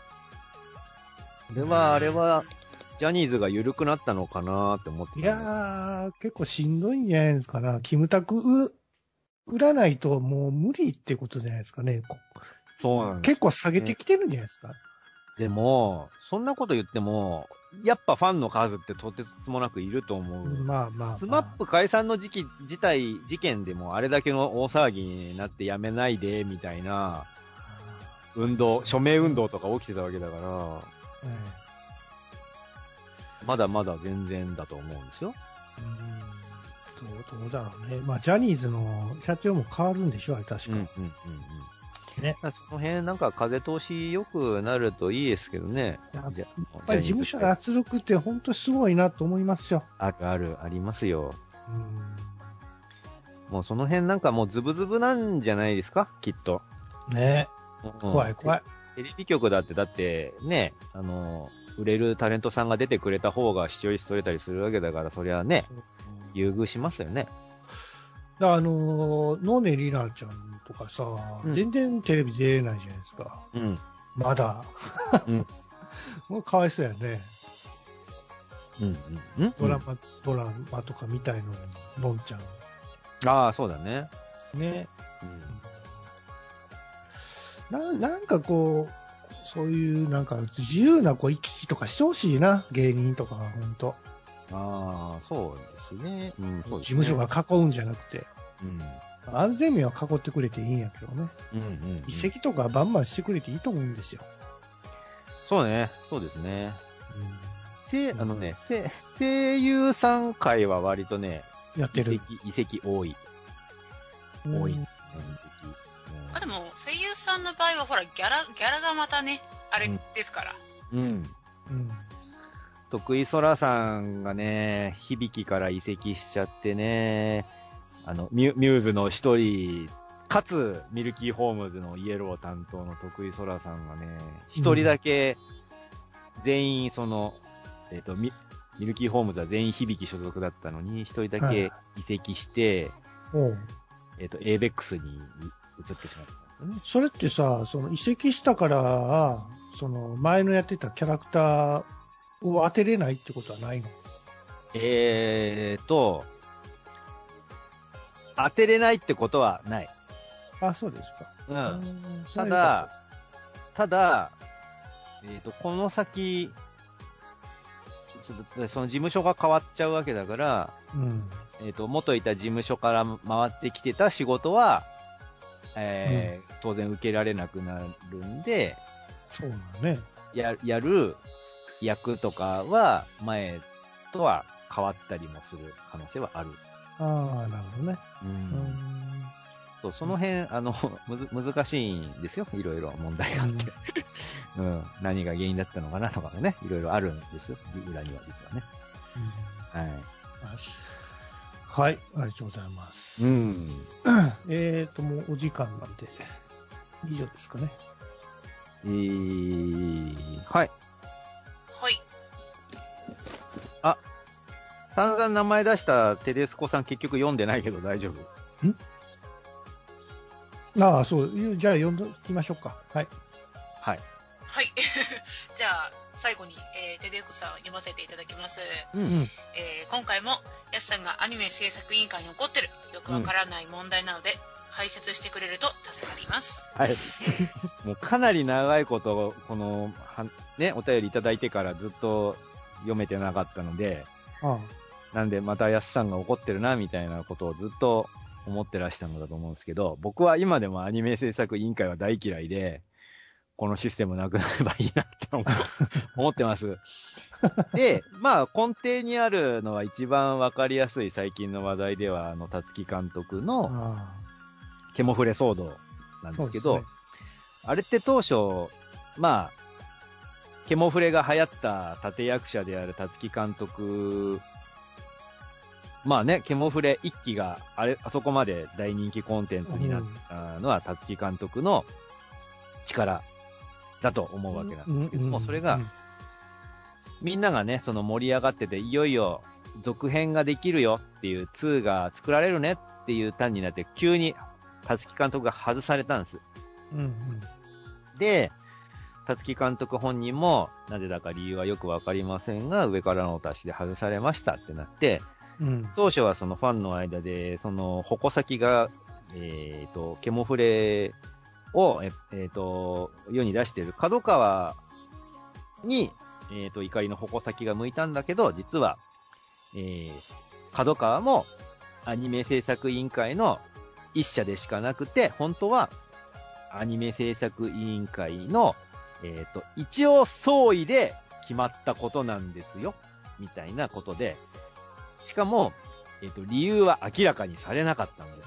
あれは、ジャニーズが緩くなったのかなって思ってた。 いやー、結構しんどいんじゃないですかな。キムタク売らないともう無理ってことじゃないですかね。 そうなんです、ね。 結構下げてきてるんじゃないですか。 でも、そんなこと言っても、やっぱファンの数ってとてつもなくいると思う。 まあ。 スマップ解散の事件でもあれだけの大騒ぎになってやめないで、みたいな、署名運動とか起きてたわけだから、まだまだ全然だと思うんですよ。 どうだろうね。まあ、ジャニーズの社長も変わるんでしょ、あれ確か。 ね。その辺なんか風通し良くなるといいですけどね。 やっぱり事務所の圧力って本当すごいなと思いますよ。 ありますよ。もうその辺なんかもうズブズブなんじゃないですか、きっと。 ね。怖い。 テレビ局だってね、売れるタレントさんが出てくれた方が視聴率取れたりするわけだから、そりゃね、優遇しますよね。 ノーネリナちゃんとかさ、全然テレビ出れないじゃないですか。まだ。もうかわいそうやね。ドラマとか見たいのに、のんちゃん。 ああ、そうだね。 ね。なんかこう、そういうなんか自由な行き来とかしてほしいな、芸人とかは本当。 ああ、そうですね。 事務所が囲うんじゃなくて。安全面は囲ってくれていいんやけどね。移籍とかバンバンしてくれていいと思うんですよ。 そうね、そうですね。声優さん会は割とね、 やってる。 移籍多い。多いですね、 でも、声優さんの場合は、ほら、ギャラがまたね、あれですから。 徳井空さんがね、響から移籍しちゃってね、ミューズの一人、かつ、ミルキーホームズのイエロー担当の徳井空さんがね、一人だけ、全員ミルキーホームズは全員響所属だったのに、一人だけ移籍して、ABEX に移ってしまったんですよね。 それってさ、移籍したから、前のやってたキャラクターを当てれないってことはないの？ 当てれないってことはない。 あ、そうですか。 ただ、この先、 その事務所が変わっちゃうわけだから、元いた事務所から回ってきてた仕事は、当然受けられなくなるんで、 そうだね。 やる役とかは前とは変わったりもする可能性はある。 ああ、なるほどね。 そう、その辺、難しいんですよ。いろいろ問題があって。何が原因だったのかなとかもね、いろいろあるんですよ。裏には実はね。 はい。ありがとうございます。もうお時間なんで、以上ですかね。 はい。 はい。 あ、散々名前出したテレスコさん結局読んでないけど大丈夫？ ああ、そう。じゃあ読んでいきましょうか。はい。 はい。 はい。じゃあ、最後に、テレスコさん読ませていただきます。今回も、やすさんがアニメ制作委員会に起こってる、よくわからない問題なので、解説してくれると助かります。 はい。もうかなり長いこと、この、ね、お便りいただいてからずっと読めてなかったので、なんでまたやすさんが怒ってるな、みたいなことをずっと思ってらしたのだと思うんですけど、僕は今でもアニメ制作委員会は大嫌いで、このシステムなくなればいいなって思ってます。で、まあ根底にあるのは一番わかりやすい最近の話題では、辰木監督のケモフレ騒動なんですけど、あれって当初、まあ、ケモフレが流行った立役者である辰木監督、まあね、ケモフレ一期があそこまで大人気コンテンツになったのは辰木監督の力だと思うわけなんですけども、それが、みんながね、その盛り上がってて、いよいよ続編ができるよっていう2が作られるねっていう単になって、急に辰木監督が外されたんです。で、辰木監督本人も、なぜだか理由はよくわかりませんが、上からのお達しで外されましたってなって、当初はそのファンの間で、その矛先が、ケモフレを、世に出している角川に、怒りの矛先が向いたんだけど、実は、角川もアニメ制作委員会の一社でしかなくて、本当はアニメ制作委員会の、一応総意で決まったことなんですよ、みたいなことで、しかも、理由は明らかにされなかったんです。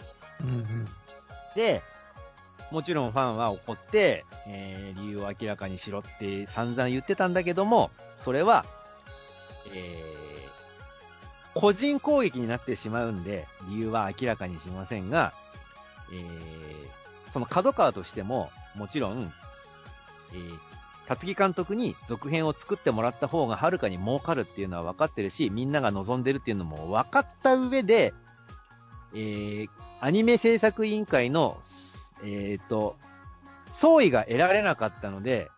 で、もちろんファンは怒って、理由を明らかにしろって散々言ってたんだけども、それは、個人攻撃になってしまうんで、理由は明らかにしませんが、その角川としても、もちろん、辰木監督に続編を作ってもらった方がはるかに儲かるっていうのは分かってるし、みんなが望んでるっていうのも分かった上で、アニメ制作委員会の総意が得られなかったので、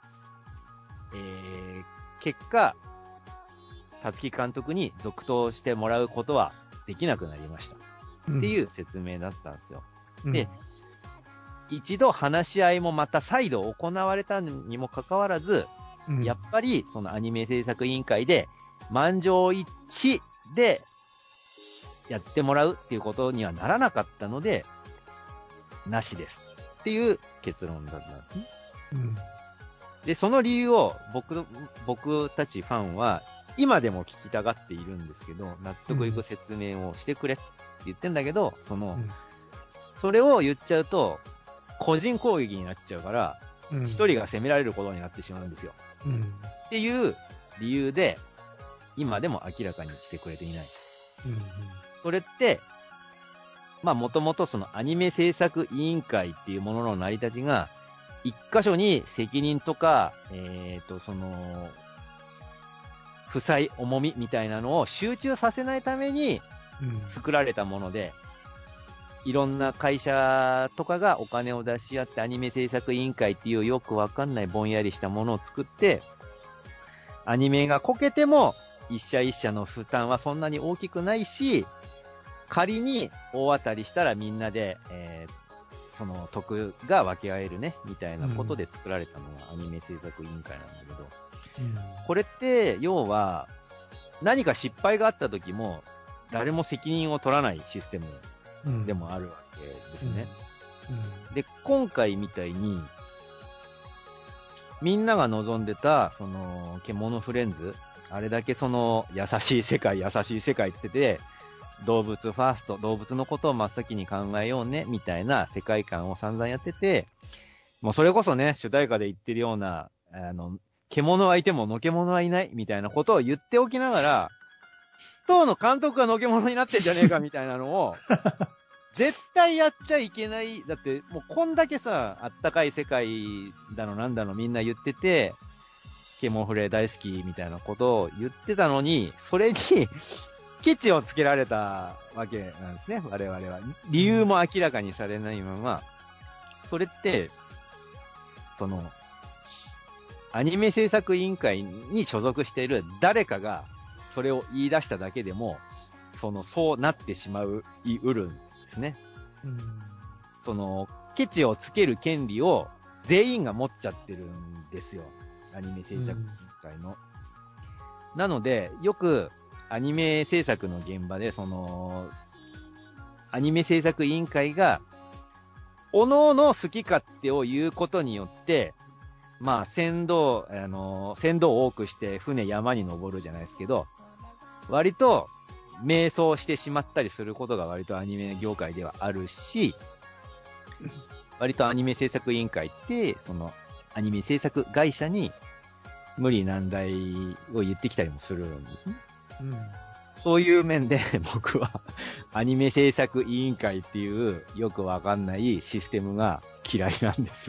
結果、辰木監督に続投してもらうことはできなくなりました。っていう説明だったんですよ。で、一度話し合いもまた再度行われたにもかかわらず、やっぱりそのアニメ制作委員会で満場一致でやってもらうっていうことにはならなかったので、なしです。っていう結論だったんですね。で、その理由を僕たちファンは今でも聞きたがっているんですけど、納得いく説明をしてくれって言ってんだけど、それを言っちゃうと、個人攻撃になっちゃうから、一人が責められることになってしまうんですよ。っていう理由で、今でも明らかにしてくれていない。それって、まあもともとそのアニメ制作委員会っていうものの成り立ちが、一箇所に責任とか、その、負債、重みみたいなのを集中させないために作られたもので、いろんな会社とかがお金を出し合ってアニメ制作委員会っていうよくわかんないぼんやりしたものを作って、アニメがこけても一社一社の負担はそんなに大きくないし、仮に大当たりしたらみんなで、その得が分け合えるね、みたいなことで作られたのがアニメ制作委員会なんだけど、これって要は、 何か失敗があった時も、誰も責任を取らないシステムでもあるわけですね。で、今回みたいに、みんなが望んでた、その、獣フレンズ、あれだけその、優しい世界って言ってて、動物ファースト、動物のことを真っ先に考えようね、みたいな世界観を散々やってて、もうそれこそね、主題歌で言ってるような、獣はいてものけ者はいない、みたいなことを言っておきながら、当の監督がのけ者になってんじゃねえか、みたいなのを、絶対やっちゃいけない。だって、もうこんだけさ、あったかい世界だのなんだのみんな言ってて、ケモフレ大好きみたいなことを言ってたのに、それに、ケチをつけられたわけなんですね、我々は。理由も明らかにされないまま、それって、その、アニメ制作委員会に所属している誰かが、それを言い出しただけでも、そうなってしまう、うるんですね。その、ケチをつける権利を全員が持っちゃってるんですよ。アニメ制作委員会の。なので、よく、アニメ制作の現場で、アニメ制作委員会が、各々好き勝手を言うことによって、まあ、船頭を多くして船山に登るじゃないですけど、割と、迷走してしまったりすることが割とアニメ業界ではあるし、割とアニメ制作委員会って、アニメ制作会社に無理難題を言ってきたりもするんですね。そういう面で僕はアニメ制作委員会っていうよくわかんないシステムが嫌いなんです。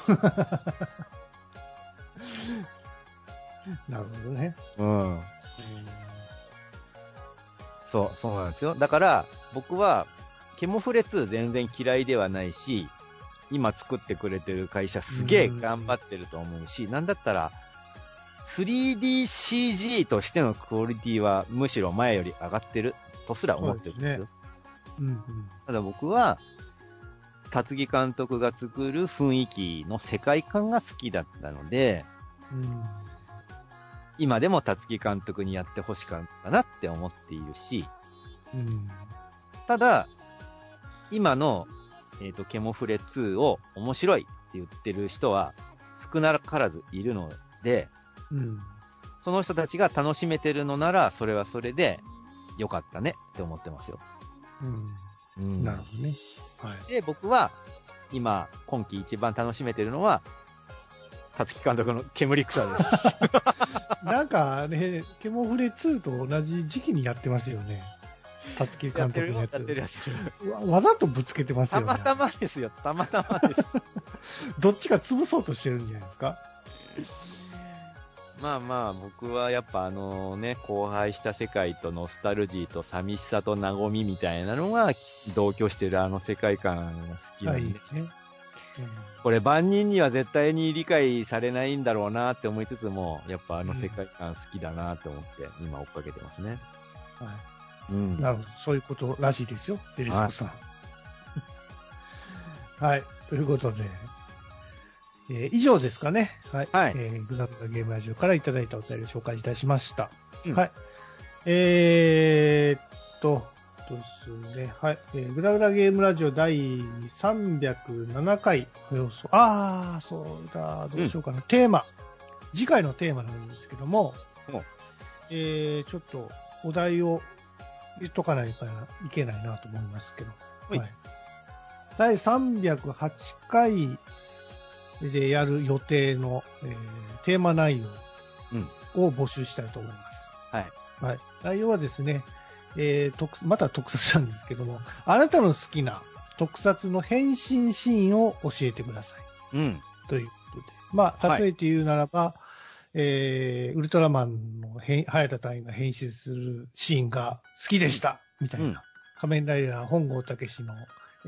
なるほどね。 そうなんですよ。だから、僕は、ケモフレ2全然嫌いではないし、今作ってくれてる会社すげえ頑張ってると思うし、なんだったら、3DCG としてのクオリティはむしろ前より上がってるとすら思ってるんですよ。ただ僕は、辰木監督が作る雰囲気の世界観が好きだったので、今でも辰木監督にやってほしかったなって思っているし、ただ、今の、ケモフレ2を面白いって言ってる人は少なからずいるので、その人たちが楽しめてるのなら、それはそれで良かったねって思ってますよ。 なるほどね。 で、僕は今季一番楽しめてるのは、辰木監督の煙草です。 なんかね、ケモフレ2と同じ時期にやってますよね。辰木監督のやつ。わざとぶつけてますよね。 たまたまですよ、たまたまです。 どっちか潰そうとしてるんじゃないですか。 まあまあ、僕はやっぱ荒廃した世界とノスタルジーと寂しさと和みみたいなのが同居してる世界観が好きなんで。これ万人には絶対に理解されないんだろうなって思いつつも、やっぱ世界観好きだなって思って今追っかけてますね。 なるほど。そういうことらしいですよ、デリスコさん。はい。ということで、以上ですかね。はい。グダグダゲームラジオからいただいたお便りを紹介いたしました。はい。ですね。はい。グダグダゲームラジオ第307回放送。そうだ。どうしようかな。テーマ。次回のテーマなんですけども、ちょっとお題を言っとかないといけないなと思いますけど。はい。第308回でやる予定の、テーマ内容を募集したいと思います。はい。内容はですね、また特撮なんですけども、あなたの好きな特撮の変身シーンを教えてください。ということで。まあ、例えて言うならば、ウルトラマンの早田隊員が変身するシーンが好きでした。みたいな。仮面ライダー本郷武の、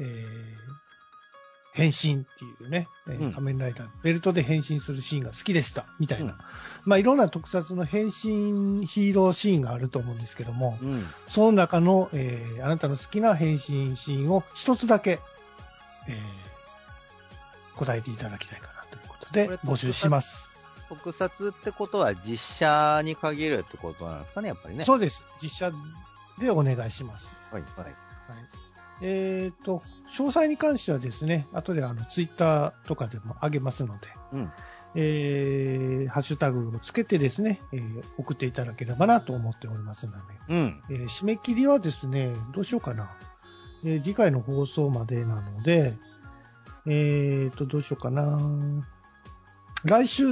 変身っていうね、仮面ライダー、ベルトで変身するシーンが好きでした。みたいな。まあ、いろんな特撮の変身ヒーローシーンがあると思うんですけども、その中の、あなたの好きな変身シーンを一つだけ、答えていただきたいかなということで、募集します。 特撮ってことは実写に限るってことなんですかね、やっぱりね。 そうです。実写でお願いします。 はい、はい。 詳細に関してはですね、後でツイッターとかでも上げますので、 うん。 ハッシュタグをつけてですね、送っていただければなと思っておりますので、 うん。 締め切りはですね、どうしようかな。次回の放送までなので、どうしようかな。来週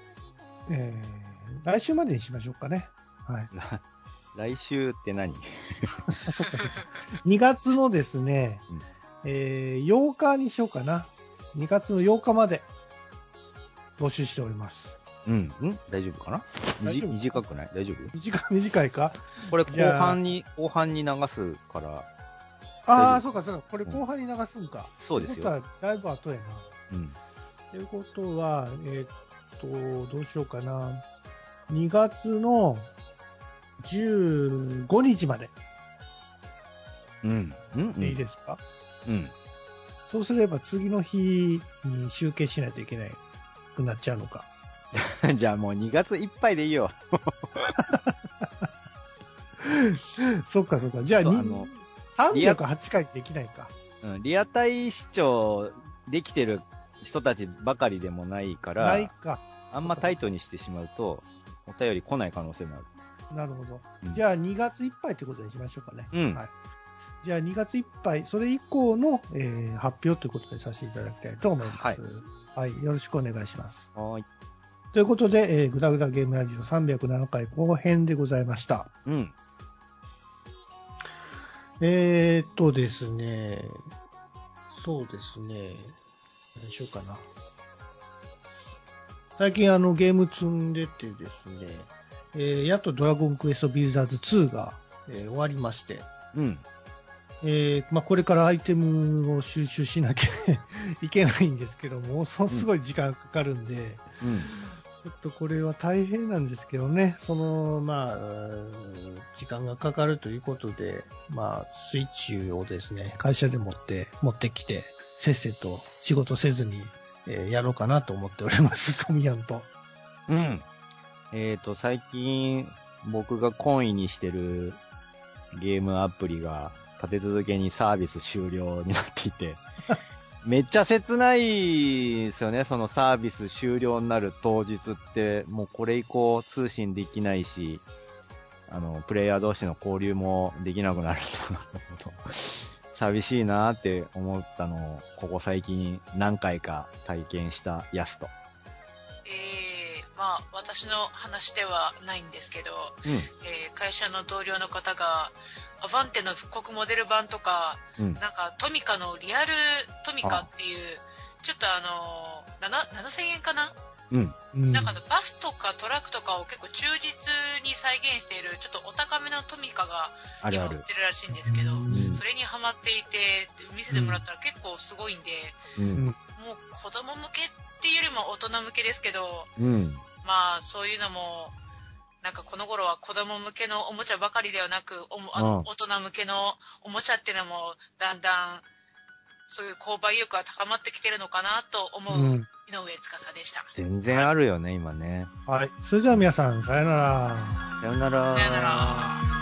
までにしましょうかね。はい。 来週って何そっか。2月のですね、8日にしようかな。2月の8日まで募集しております。 うん。大丈夫かな短くない大丈夫短いかこれ後半に流すから。 ああ、そうか。これ後半に流すんか。 そうですよ。 ということはだいぶ後やな。 うん。 ということは、どうしようかな。2月の15日まで。 うん。 いいですか？ うん。 そうすれば次の日に集計しないといけないくなっちゃうのか。 じゃあもう2月いっぱいでいいよ。 そっか。じゃあ308回できないか。 うん、リアタイ視聴できてる人たちばかりでもないから、 ないか。 あんまタイトにしてしまうと、お便り来ない可能性もある。 なるほど。 うん、 じゃあ2月いっぱいということにしましょうかね。 うん。 はい。じゃあ2月いっぱい、それ以降の、発表ということでさせていただきたいと思います。はい。よろしくお願いします。 はい。 ということで、グダグダゲームラジオ307回後編でございました。 うん。 ですね。そうですね。何しようかな。最近ゲーム積んでてですね、やっとドラゴンクエストビルダーズ2が、終わりまして、 うん。 これからアイテムを収集しなきゃいけないんですけども、すごい時間かかるんで、ちょっとこれは大変なんですけどね、時間がかかるということで、スイッチをですね、会社で持ってきて、せっせと仕事せずに、やろうかなと思っております、トミヤンと。 うん。最近、僕が懇意にしてるゲームアプリが立て続けにサービス終了になっていて、めっちゃ切ないですよね、そのサービス終了になる当日って、もうこれ以降通信できないし、プレイヤー同士の交流もできなくなると寂しいなーって思ったのを、ここ最近何回か体験したやすと。 私の話ではないんですけど、 うん、 会社の同僚の方が、アバンテの復刻モデル版とか、なんかトミカのリアルトミカっていう、ちょっと7000円かな、なんかバスとかトラックとかを結構忠実に再現しているちょっとお高めのトミカが今売ってるらしいんですけど、それにハマっていて見せてもらったら結構すごいんで、もう子供向けっていうよりも大人向けですけど、そういうのもなんかこの頃は子供向けのおもちゃばかりではなく大人向けのおもちゃっていうのもだんだんそういう購買意欲が高まってきてるのかなと思う井上司でした。 全然あるよね、今ね。 はい。それでは皆さん、さよなら。 さよなら。 さよなら。